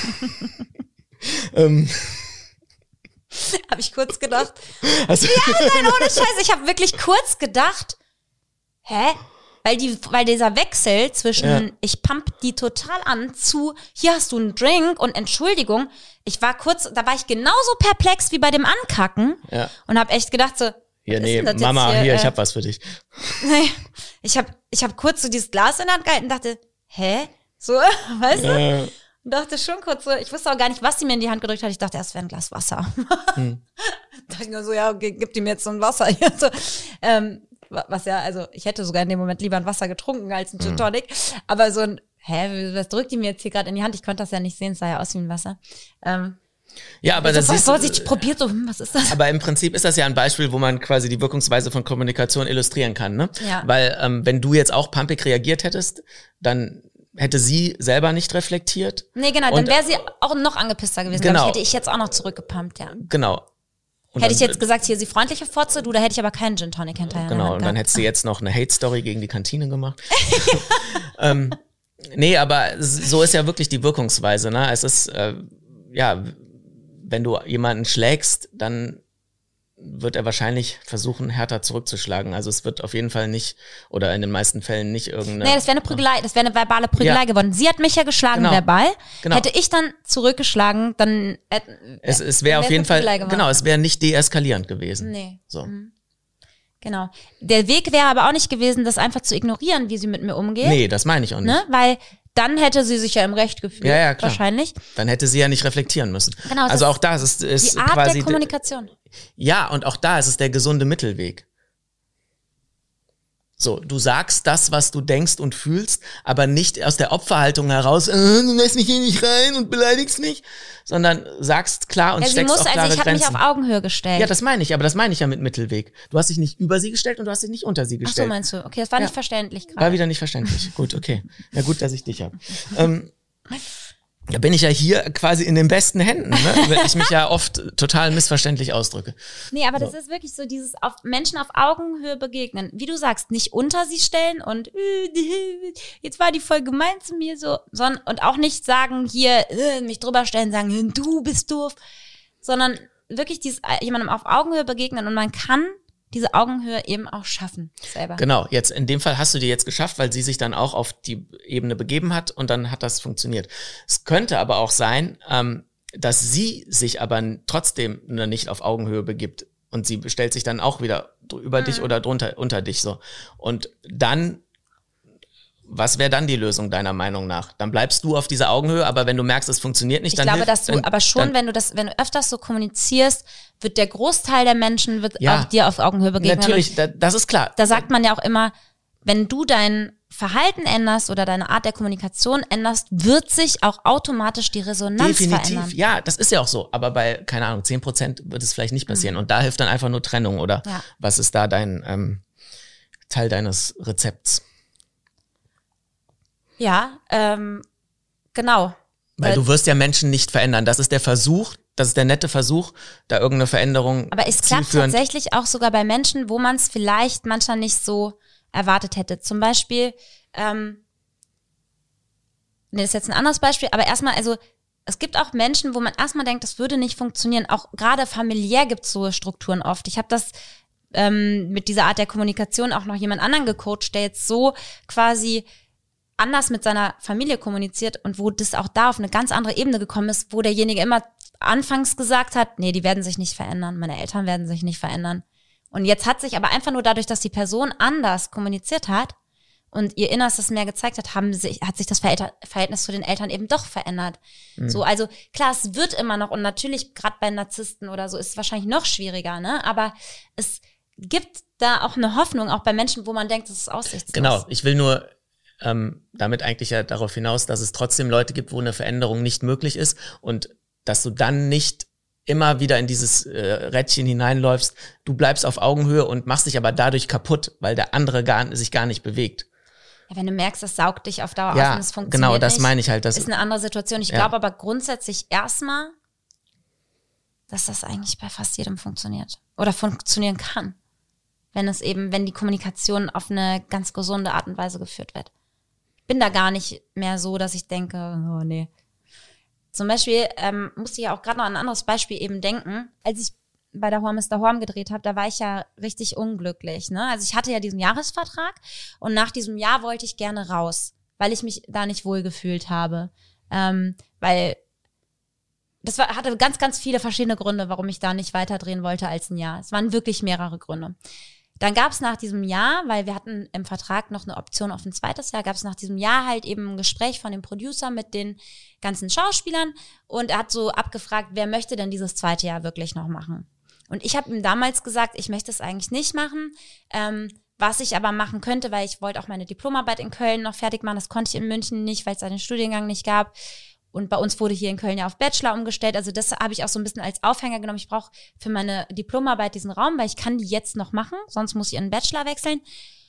ähm. Habe ich kurz gedacht. Also ja, nein, ohne Scheiße. Ich habe wirklich kurz gedacht, hä? Weil die, weil dieser Wechsel zwischen ja. ich pump die total an zu hier hast du einen Drink und Entschuldigung. Ich war kurz, da war ich genauso perplex wie bei dem Ankacken ja. und habe echt gedacht so, ja, nee, Mama, hier, hier äh, ich hab was für dich. Nee, ich habe ich hab kurz so dieses Glas in der Hand gehalten und dachte, hä? So, weißt du? Ja. Und dachte schon kurz so, ich wusste auch gar nicht, was sie mir in die Hand gedrückt hat. Ich dachte, erst wäre ein Glas Wasser. Hm. dachte ich nur so, ja, okay, gib die mir jetzt so ein Wasser hier. So, ähm, was ja, also ich hätte sogar in dem Moment lieber ein Wasser getrunken als ein Gin Tonic. Hm. Aber so ein, hä, was drückt die mir jetzt hier gerade in die Hand? Ich konnte das ja nicht sehen, es sah ja aus wie ein Wasser. Ähm, ja, aber das ist vorsichtig probiert so, hm, was ist das? Aber im Prinzip ist das ja ein Beispiel, wo man quasi die Wirkungsweise von Kommunikation illustrieren kann, ne? Ja. Weil ähm, wenn du jetzt auch pumpig reagiert hättest, dann hätte sie selber nicht reflektiert. Nee, genau, dann wäre sie auch noch angepisster gewesen. Genau. Ich, hätte ich jetzt auch noch zurückgepumpt, ja. Genau. Und hätte dann, ich jetzt gesagt, hier, sie freundliche Fotze, du, da hätte ich aber keinen Gin Tonic hinterher. Genau, und dann hättest du jetzt noch eine Hate-Story gegen die Kantine gemacht. ähm, nee, aber so ist ja wirklich die Wirkungsweise, ne? Es ist, äh, ja, wenn du jemanden schlägst, dann wird er wahrscheinlich versuchen, härter zurückzuschlagen. Also es wird auf jeden Fall nicht, oder in den meisten Fällen nicht irgendeine... Nee, das wäre eine Prügelei, das wäre eine verbale Prügelei ja. geworden. Sie hat mich ja geschlagen, genau. verbal. Genau. Hätte ich dann zurückgeschlagen, dann... Äh, es es wäre auf jeden Fall, genau, es wäre nicht deeskalierend gewesen. Nee. So. Mhm. Genau. Der Weg wäre aber auch nicht gewesen, das einfach zu ignorieren, wie sie mit mir umgeht. Nee, das meine ich auch nicht. Ne? Weil dann hätte sie sich ja im Recht gefühlt, ja, ja, klar. wahrscheinlich. Dann hätte sie ja nicht reflektieren müssen. Genau, also auch da ist es die Art quasi der Kommunikation. Ja, und auch da ist es der gesunde Mittelweg. So, du sagst das, was du denkst und fühlst, aber nicht aus der Opferhaltung heraus, äh, du lässt mich hier nicht rein und beleidigst mich, sondern sagst klar und ja, steckst muss, auch klare also ich Grenzen. Ich habe mich auf Augenhöhe gestellt. Ja, das meine ich, aber das meine ich ja mit Mittelweg. Du hast dich nicht über sie gestellt und du hast dich nicht unter sie gestellt. Ach so, meinst du? Okay, das war ja. nicht verständlich gerade. War wieder nicht verständlich. Gut, okay. Ja, gut, dass ich dich habe. ähm, Da bin ich ja hier quasi in den besten Händen, ne? Wenn ich mich ja oft total missverständlich ausdrücke. Nee, aber so. Das ist wirklich so dieses auf Menschen auf Augenhöhe begegnen. Wie du sagst, nicht unter sie stellen und äh, jetzt war die voll gemein zu mir so, sondern und auch nicht sagen, hier äh, mich drüber stellen, sagen, du bist doof, sondern wirklich dieses jemandem auf Augenhöhe begegnen und man kann diese Augenhöhe eben auch schaffen selber. Genau, jetzt in dem Fall hast du die jetzt geschafft, weil sie sich dann auch auf die Ebene begeben hat und dann hat das funktioniert. Es könnte aber auch sein, ähm, dass sie sich aber trotzdem nicht auf Augenhöhe begibt und sie stellt sich dann auch wieder über mhm. dich oder drunter unter dich so. Und dann, was wäre dann die Lösung deiner Meinung nach? Dann bleibst du auf dieser Augenhöhe, aber wenn du merkst, es funktioniert nicht, ich dann glaube, hilft, dass du, dann, aber schon, dann, wenn du das, wenn du öfters so kommunizierst, wird der Großteil der Menschen wird ja, auch dir auf Augenhöhe begegnen. Natürlich, da, das ist klar. Da sagt man ja auch immer, wenn du dein Verhalten änderst oder deine Art der Kommunikation änderst, wird sich auch automatisch die Resonanz Definitiv, verändern. ja, das ist ja auch so. Aber bei, keine Ahnung, zehn Prozent wird es vielleicht nicht passieren. Mhm. Und da hilft dann einfach nur Trennung, oder? Ja. Was ist da dein ähm, Teil deines Rezepts? Ja, ähm, genau. Weil äh, du wirst ja Menschen nicht verändern. Das ist der Versuch, das ist der nette Versuch, da irgendeine Veränderung aber es klappt zielführend. tatsächlich auch sogar bei Menschen, wo man es vielleicht manchmal nicht so erwartet hätte. Zum Beispiel, ähm, nee, das ist jetzt ein anderes Beispiel, aber erstmal, also es gibt auch Menschen, wo man erstmal denkt, das würde nicht funktionieren. Auch gerade familiär gibt es so Strukturen oft. Ich habe das ähm, mit dieser Art der Kommunikation auch noch jemand anderen gecoacht, der jetzt so quasi anders mit seiner Familie kommuniziert und wo das auch da auf eine ganz andere Ebene gekommen ist, wo derjenige immer anfangs gesagt hat, nee, die werden sich nicht verändern, meine Eltern werden sich nicht verändern. Und jetzt hat sich aber einfach nur dadurch, dass die Person anders kommuniziert hat und ihr Innerstes mehr gezeigt hat, haben sich, hat sich das Verhältnis zu den Eltern eben doch verändert. Mhm. So, also klar, es wird immer noch und natürlich gerade bei Narzissten oder so ist es wahrscheinlich noch schwieriger, ne? Aber es gibt da auch eine Hoffnung, auch bei Menschen, wo man denkt, das ist aussichtslos. Genau, ich will nur ähm, damit eigentlich ja darauf hinaus, dass es trotzdem Leute gibt, wo eine Veränderung nicht möglich ist und dass du dann nicht immer wieder in dieses äh, Rädchen hineinläufst. Du bleibst auf Augenhöhe und machst dich aber dadurch kaputt, weil der andere gar, sich gar nicht bewegt. Ja, wenn du merkst, das saugt dich auf Dauer ja, aus und es funktioniert genau, das nicht, meine ich halt. Das ist eine andere Situation. Ich ja. glaube aber grundsätzlich erstmal, dass das eigentlich bei fast jedem funktioniert oder funktionieren kann, wenn es eben, wenn die Kommunikation auf eine ganz gesunde Art und Weise geführt wird. Ich bin da gar nicht mehr so, dass ich denke, oh nee. Zum Beispiel ähm, musste ich ja auch gerade noch an ein anderes Beispiel eben denken. Als ich bei der Horm Mister Horm gedreht habe, da war ich ja richtig unglücklich. Ne? Also ich hatte ja diesen Jahresvertrag und nach diesem Jahr wollte ich gerne raus, weil ich mich da nicht wohl gefühlt habe. Ähm, weil das war, hatte ganz, ganz viele verschiedene Gründe, warum ich da nicht weiter drehen wollte als ein Jahr. Es waren wirklich mehrere Gründe. Dann gab es nach diesem Jahr, weil wir hatten im Vertrag noch eine Option auf ein zweites Jahr, gab es nach diesem Jahr halt eben ein Gespräch von dem Producer mit den ganzen Schauspielern und er hat so abgefragt, wer möchte denn dieses zweite Jahr wirklich noch machen? Und ich habe ihm damals gesagt, ich möchte es eigentlich nicht machen, ähm, was ich aber machen könnte, weil ich wollte auch meine Diplomarbeit in Köln noch fertig machen, das konnte ich in München nicht, weil es einen Studiengang nicht gab. Und bei uns wurde hier in Köln ja auf Bachelor umgestellt. Also das habe ich auch so ein bisschen als Aufhänger genommen. Ich brauche für meine Diplomarbeit diesen Raum, weil ich kann die jetzt noch machen. Sonst muss ich in den Bachelor wechseln.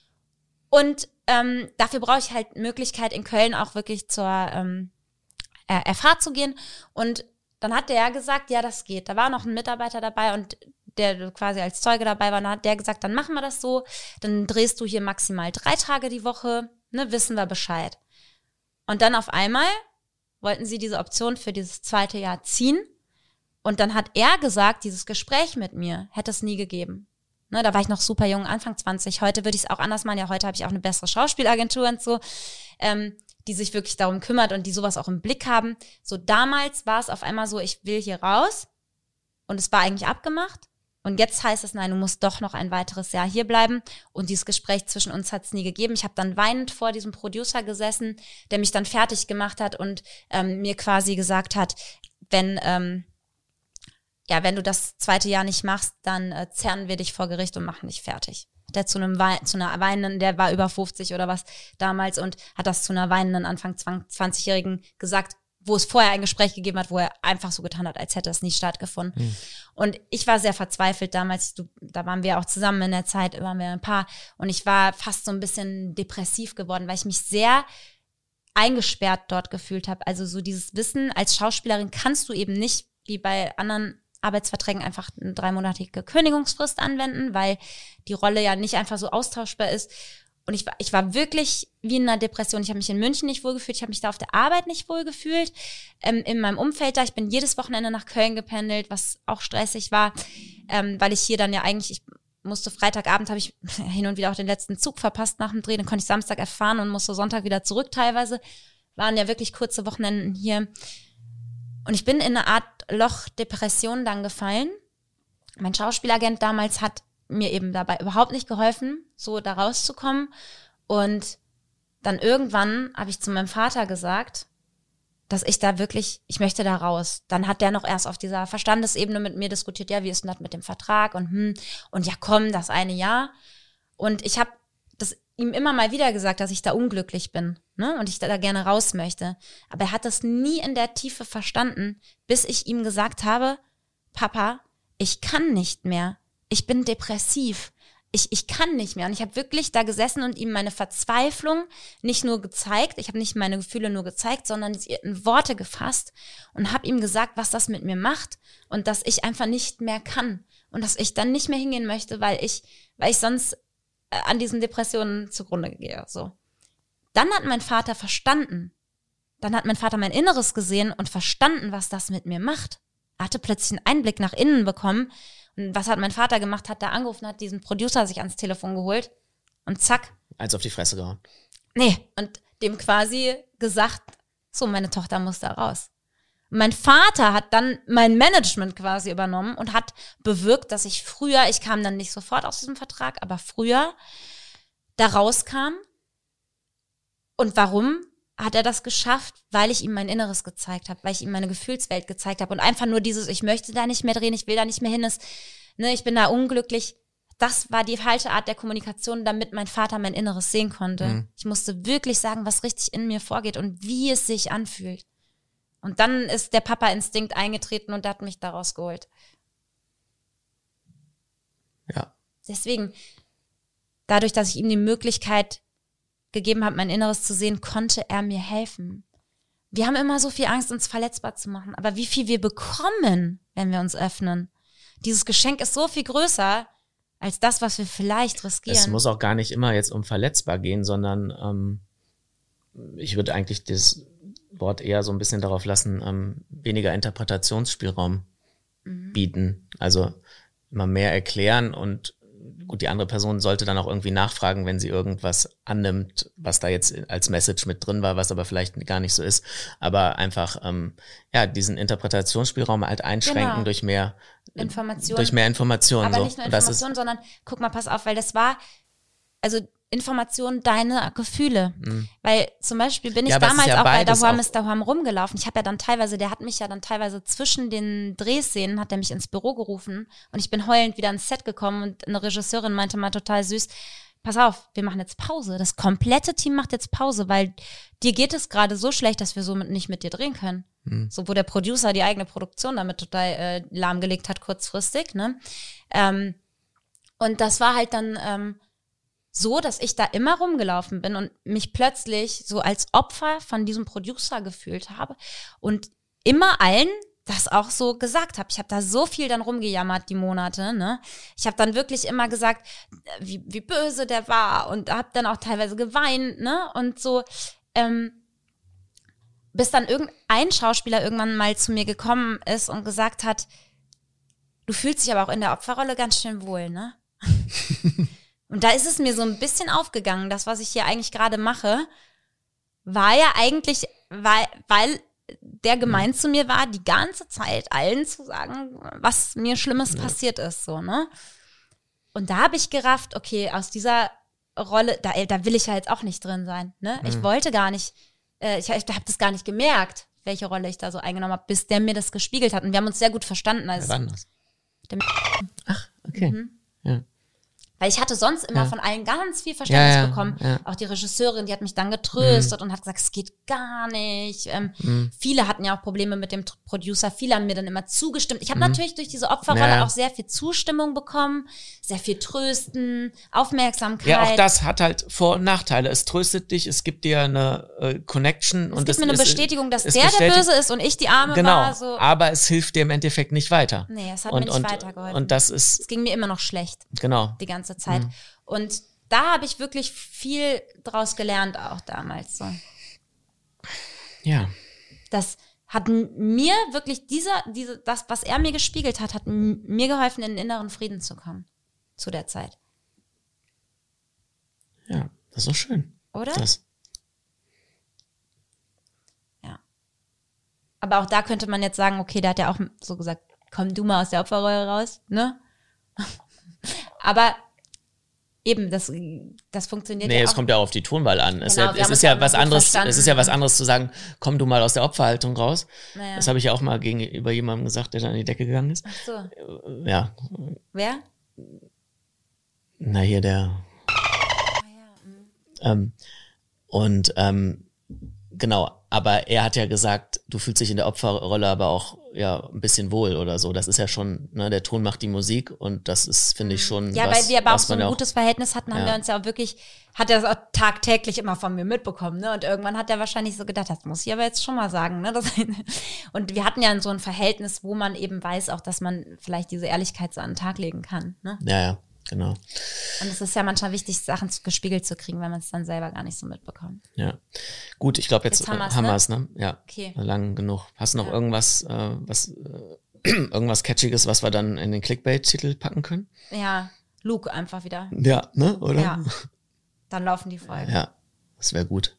Und ähm, dafür brauche ich halt Möglichkeit, in Köln auch wirklich zur ähm, F H zu gehen. Und dann hat der ja gesagt, ja, das geht. Da war noch ein Mitarbeiter dabei und der quasi als Zeuge dabei war. Dann hat der gesagt, dann machen wir das so. Dann drehst du hier maximal drei Tage die Woche. Ne, wissen wir Bescheid. Und dann auf einmal wollten sie diese Option für dieses zweite Jahr ziehen. Und dann hat er gesagt, dieses Gespräch mit mir hätte es nie gegeben. Ne, da war ich noch super jung, Anfang zwanzig. Heute würde ich es auch anders machen. Ja, heute habe ich auch eine bessere Schauspielagentur und so, ähm, die sich wirklich darum kümmert und die sowas auch im Blick haben. So damals war es auf einmal so, ich will hier raus. Und es war eigentlich abgemacht. Und jetzt heißt es, nein, du musst doch noch ein weiteres Jahr hier bleiben. Und dieses Gespräch zwischen uns hat es nie gegeben. Ich habe dann weinend vor diesem Producer gesessen, der mich dann fertig gemacht hat und ähm, mir quasi gesagt hat, wenn ähm, ja, wenn du das zweite Jahr nicht machst, dann äh, zerren wir dich vor Gericht und machen dich fertig. Der zu einem Wein, zu einer weinenden, der war über fünfzig oder was damals und hat das zu einer weinenden Anfang zwanzigjährigen gesagt, wo es vorher ein Gespräch gegeben hat, wo er einfach so getan hat, als hätte es nie stattgefunden. Mhm. Und ich war sehr verzweifelt damals, du, da waren wir auch zusammen in der Zeit, waren wir ein Paar und ich war fast so ein bisschen depressiv geworden, weil ich mich sehr eingesperrt dort gefühlt habe. Also so dieses Wissen, als Schauspielerin kannst du eben nicht, wie bei anderen Arbeitsverträgen, einfach eine dreimonatige Kündigungsfrist anwenden, weil die Rolle ja nicht einfach so austauschbar ist. Und ich war, ich war wirklich wie in einer Depression. Ich habe mich in München nicht wohlgefühlt, ich habe mich da auf der Arbeit nicht wohlgefühlt. Ähm, in meinem Umfeld da, ich bin jedes Wochenende nach Köln gependelt, was auch stressig war, ähm, weil ich hier dann ja eigentlich, ich musste Freitagabend, habe ich hin und wieder auch den letzten Zug verpasst nach dem Dreh, dann konnte ich Samstag erfahren und musste Sonntag wieder zurück teilweise. Waren ja wirklich kurze Wochenenden hier. Und ich bin in eine Art Loch-Depression dann gefallen. Mein Schauspielagent damals hat mir eben dabei überhaupt nicht geholfen, so da rauszukommen. Und dann irgendwann habe ich zu meinem Vater gesagt, dass ich da wirklich, ich möchte da raus. Dann hat der noch erst auf dieser Verstandesebene mit mir diskutiert, ja, wie ist denn das mit dem Vertrag und hm, und ja komm, das eine Jahr. Und ich habe das ihm immer mal wieder gesagt, dass ich da unglücklich bin, ne, und ich da, da gerne raus möchte. Aber er hat das nie in der Tiefe verstanden, bis ich ihm gesagt habe, Papa, ich kann nicht mehr. Ich bin depressiv. Ich, ich kann nicht mehr. Und ich habe wirklich da gesessen und ihm meine Verzweiflung nicht nur gezeigt, ich habe nicht meine Gefühle nur gezeigt, sondern sie in Worte gefasst und habe ihm gesagt, was das mit mir macht und dass ich einfach nicht mehr kann und dass ich dann nicht mehr hingehen möchte, weil ich, weil ich sonst äh, an diesen Depressionen zugrunde gehe. So. Dann hat mein Vater verstanden. Dann hat mein Vater mein Inneres gesehen und verstanden, was das mit mir macht. Er hatte plötzlich einen Einblick nach innen bekommen. Und was hat mein Vater gemacht? Hat da angerufen, hat diesen Producer sich ans Telefon geholt und zack. Eins auf die Fresse gehauen. Nee, und dem quasi gesagt, so, meine Tochter muss da raus. Und mein Vater hat dann mein Management quasi übernommen und hat bewirkt, dass ich früher, ich kam dann nicht sofort aus diesem Vertrag, aber früher da rauskam. Und warum hat er das geschafft? Weil ich ihm mein Inneres gezeigt habe, weil ich ihm meine Gefühlswelt gezeigt habe und einfach nur dieses, ich möchte da nicht mehr drehen, ich will da nicht mehr hin, ist, ne, ich bin da unglücklich. Das war die falsche Art der Kommunikation, damit mein Vater mein Inneres sehen konnte. Mhm. Ich musste wirklich sagen, was richtig in mir vorgeht und wie es sich anfühlt. Und dann ist der Papa-Instinkt eingetreten und hat mich da rausgeholt. Ja. Deswegen, dadurch, dass ich ihm die Möglichkeit gegeben habe, mein Inneres zu sehen, konnte er mir helfen. Wir haben immer so viel Angst, uns verletzbar zu machen, aber wie viel wir bekommen, wenn wir uns öffnen. Dieses Geschenk ist so viel größer als das, was wir vielleicht riskieren. Es muss auch gar nicht immer jetzt um verletzbar gehen, sondern ähm, ich würde eigentlich das Wort eher so ein bisschen darauf lassen, ähm, weniger Interpretationsspielraum mhm. bieten. Also immer mehr erklären und gut, die andere Person sollte dann auch irgendwie nachfragen, wenn sie irgendwas annimmt, was da jetzt als Message mit drin war, was aber vielleicht gar nicht so ist. Aber einfach ähm, ja diesen Interpretationsspielraum halt einschränken genau. durch mehr Informationen. Durch mehr Informationen. Aber so. nicht nur Informationen, sondern guck mal, pass auf, weil das war, also Informationen, deine Gefühle. Mhm. Weil zum Beispiel bin ich ja, damals ja auch bei Dahom ist Dahom rumgelaufen. Ich habe ja dann teilweise, der hat mich ja dann teilweise zwischen den Drehszenen, hat er mich ins Büro gerufen und ich bin heulend wieder ins Set gekommen und eine Regisseurin meinte mal total süß, pass auf, wir machen jetzt Pause. Das komplette Team macht jetzt Pause, weil dir geht es gerade so schlecht, dass wir so mit, nicht mit dir drehen können. Mhm. So, wo der Producer die eigene Produktion damit total äh, lahmgelegt hat, kurzfristig. Ne? Ähm, und das war halt dann ähm, so, dass ich da immer rumgelaufen bin und mich plötzlich so als Opfer von diesem Producer gefühlt habe und immer allen das auch so gesagt habe. Ich habe da so viel dann rumgejammert die Monate, ne? Ich habe dann wirklich immer gesagt, wie, wie böse der war und habe dann auch teilweise geweint, ne? Und so, ähm, bis dann irgendein Schauspieler irgendwann mal zu mir gekommen ist und gesagt hat, du fühlst dich aber auch in der Opferrolle ganz schön wohl, ne? Und da ist es mir so ein bisschen aufgegangen, das, was ich hier eigentlich gerade mache, war ja eigentlich, weil, weil der gemeint zu mir war, die ganze Zeit allen zu sagen, was mir Schlimmes ja. passiert ist, so, ne? Und da habe ich gerafft, okay, aus dieser Rolle, da, da will ich ja jetzt auch nicht drin sein, ne? Mhm. Ich wollte gar nicht, äh, ich, ich habe das gar nicht gemerkt, welche Rolle ich da so eingenommen habe, bis der mir das gespiegelt hat. Und wir haben uns sehr gut verstanden. Also Wer war das? Der Ach, okay. Mhm. Ja. Weil ich hatte sonst immer Ja. von allen ganz viel Verständnis Ja, ja, bekommen. ja. Auch die Regisseurin, die hat mich dann getröstet mhm. und hat gesagt, es geht gar nicht. Ähm, mhm. Viele hatten ja auch Probleme mit dem Producer. Viele haben mir dann immer zugestimmt. Ich habe mhm. natürlich durch diese Opferrolle ja, ja. auch sehr viel Zustimmung bekommen, sehr viel Trösten, Aufmerksamkeit. Ja, auch das hat halt Vor- und Nachteile. Es tröstet dich, es gibt dir eine äh, Connection. Es und gibt es mir eine ist, Bestätigung, dass der der Böse ist und ich die Arme genau, war. So. Aber es hilft dir im Endeffekt nicht weiter. Nee, es hat und, mir nicht und, weitergeholfen. Und das ist... Es ging mir immer noch schlecht. Genau. Die ganze Zeit. Mhm. Und da habe ich wirklich viel draus gelernt auch damals. So. Ja. Das hat mir wirklich, dieser, diese, das, was er mir gespiegelt hat, hat mir geholfen, in den inneren Frieden zu kommen. Zu der Zeit. Ja, das ist doch schön. Oder? Das. Ja. Aber auch da könnte man jetzt sagen, okay, der hat ja auch so gesagt, komm du mal aus der Opferrolle raus, ne? Aber eben, das, das funktioniert nee, ja auch. Nee, es kommt ja auch auf die Tonwahl an. Es, genau, ja, es ist ja was anderes, es ist ja was anderes zu sagen, komm du mal aus der Opferhaltung raus. Naja. Das habe ich ja auch mal gegenüber jemandem gesagt, der da an die Decke gegangen ist. Ach so. Ja. Wer? Na, hier der. Ah, ja. ähm, und ähm, genau, aber er hat ja gesagt, du fühlst dich in der Opferrolle aber auch ja ein bisschen wohl oder so. Das ist ja schon, ne, der Ton macht die Musik und das ist, finde ich, schon ja, was, weil wir aber auch so ein auch, gutes Verhältnis hatten, haben ja. wir uns ja auch wirklich, hat er das auch tagtäglich immer von mir mitbekommen, ne? Und irgendwann hat er wahrscheinlich so gedacht, das muss ich aber jetzt schon mal sagen, ne? Das, und wir hatten ja so ein Verhältnis, wo man eben weiß auch, dass man vielleicht diese Ehrlichkeit so an den Tag legen kann, ne? Ja, ja. Genau. Und es ist ja manchmal wichtig, Sachen gespiegelt zu kriegen, wenn man es dann selber gar nicht so mitbekommt. Ja. Gut, ich glaube, jetzt, jetzt haben wir es, ne? ne? Ja. Okay. Lang genug. Hast du noch ja. irgendwas, äh, was, äh, irgendwas Catchiges, was wir dann in den Clickbait-Titel packen können? Ja, Luke einfach wieder. Ja, ne? Oder? Ja. Dann laufen die Folgen. Ja, das wäre gut.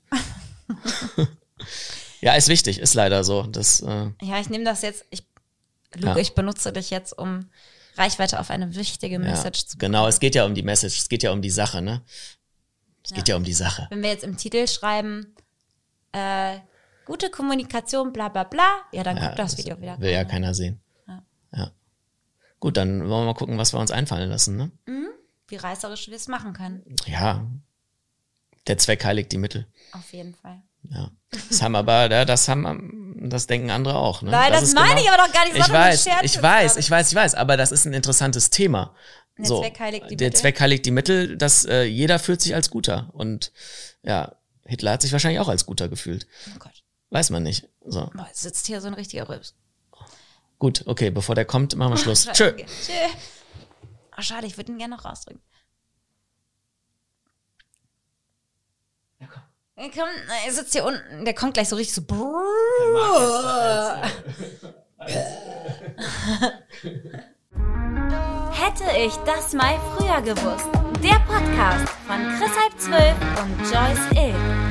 Ja, ist wichtig, ist leider so. Das, äh, ja, ich nehme das jetzt, ich, Luke, ja. ich benutze dich jetzt, um Reichweite auf eine wichtige Message ja, zu bekommen. Genau, es geht ja um die Message, es geht ja um die Sache, ne? Es ja. geht ja um die Sache. Wenn wir jetzt im Titel schreiben, äh, gute Kommunikation, bla bla bla, ja, dann ja, guckt das, das Video wieder. Will ja keiner sehen. Ja. ja. Gut, dann wollen wir mal gucken, was wir uns einfallen lassen, ne? Mhm. Wie reißerisch wir es machen können. Ja, der Zweck heiligt die Mittel. Auf jeden Fall. Ja, das haben aber, das haben, das denken andere auch. Ne? Nein, das, das meine genau, ich aber doch gar nicht. Ich weiß, ich weiß, ich weiß, ich weiß, aber das ist ein interessantes Thema. Der so, Zweck heiligt die der Mittel. Zweck heiligt die Mittel, dass äh, jeder fühlt sich als Guter und ja, Hitler hat sich wahrscheinlich auch als Guter gefühlt. Oh Gott. Weiß man nicht. So. Boah, jetzt sitzt hier so ein richtiger Rübs. Gut, okay, bevor der kommt, machen wir Schluss. Oh, Tschö. Tschö. Oh, schade, ich würde ihn gerne noch rausdrücken. Ja, komm. Komm, er sitzt hier unten, der kommt gleich so richtig so. Hätte ich das mal früher gewusst. Der Podcast von Chris halb zwölf und Joyce Ill.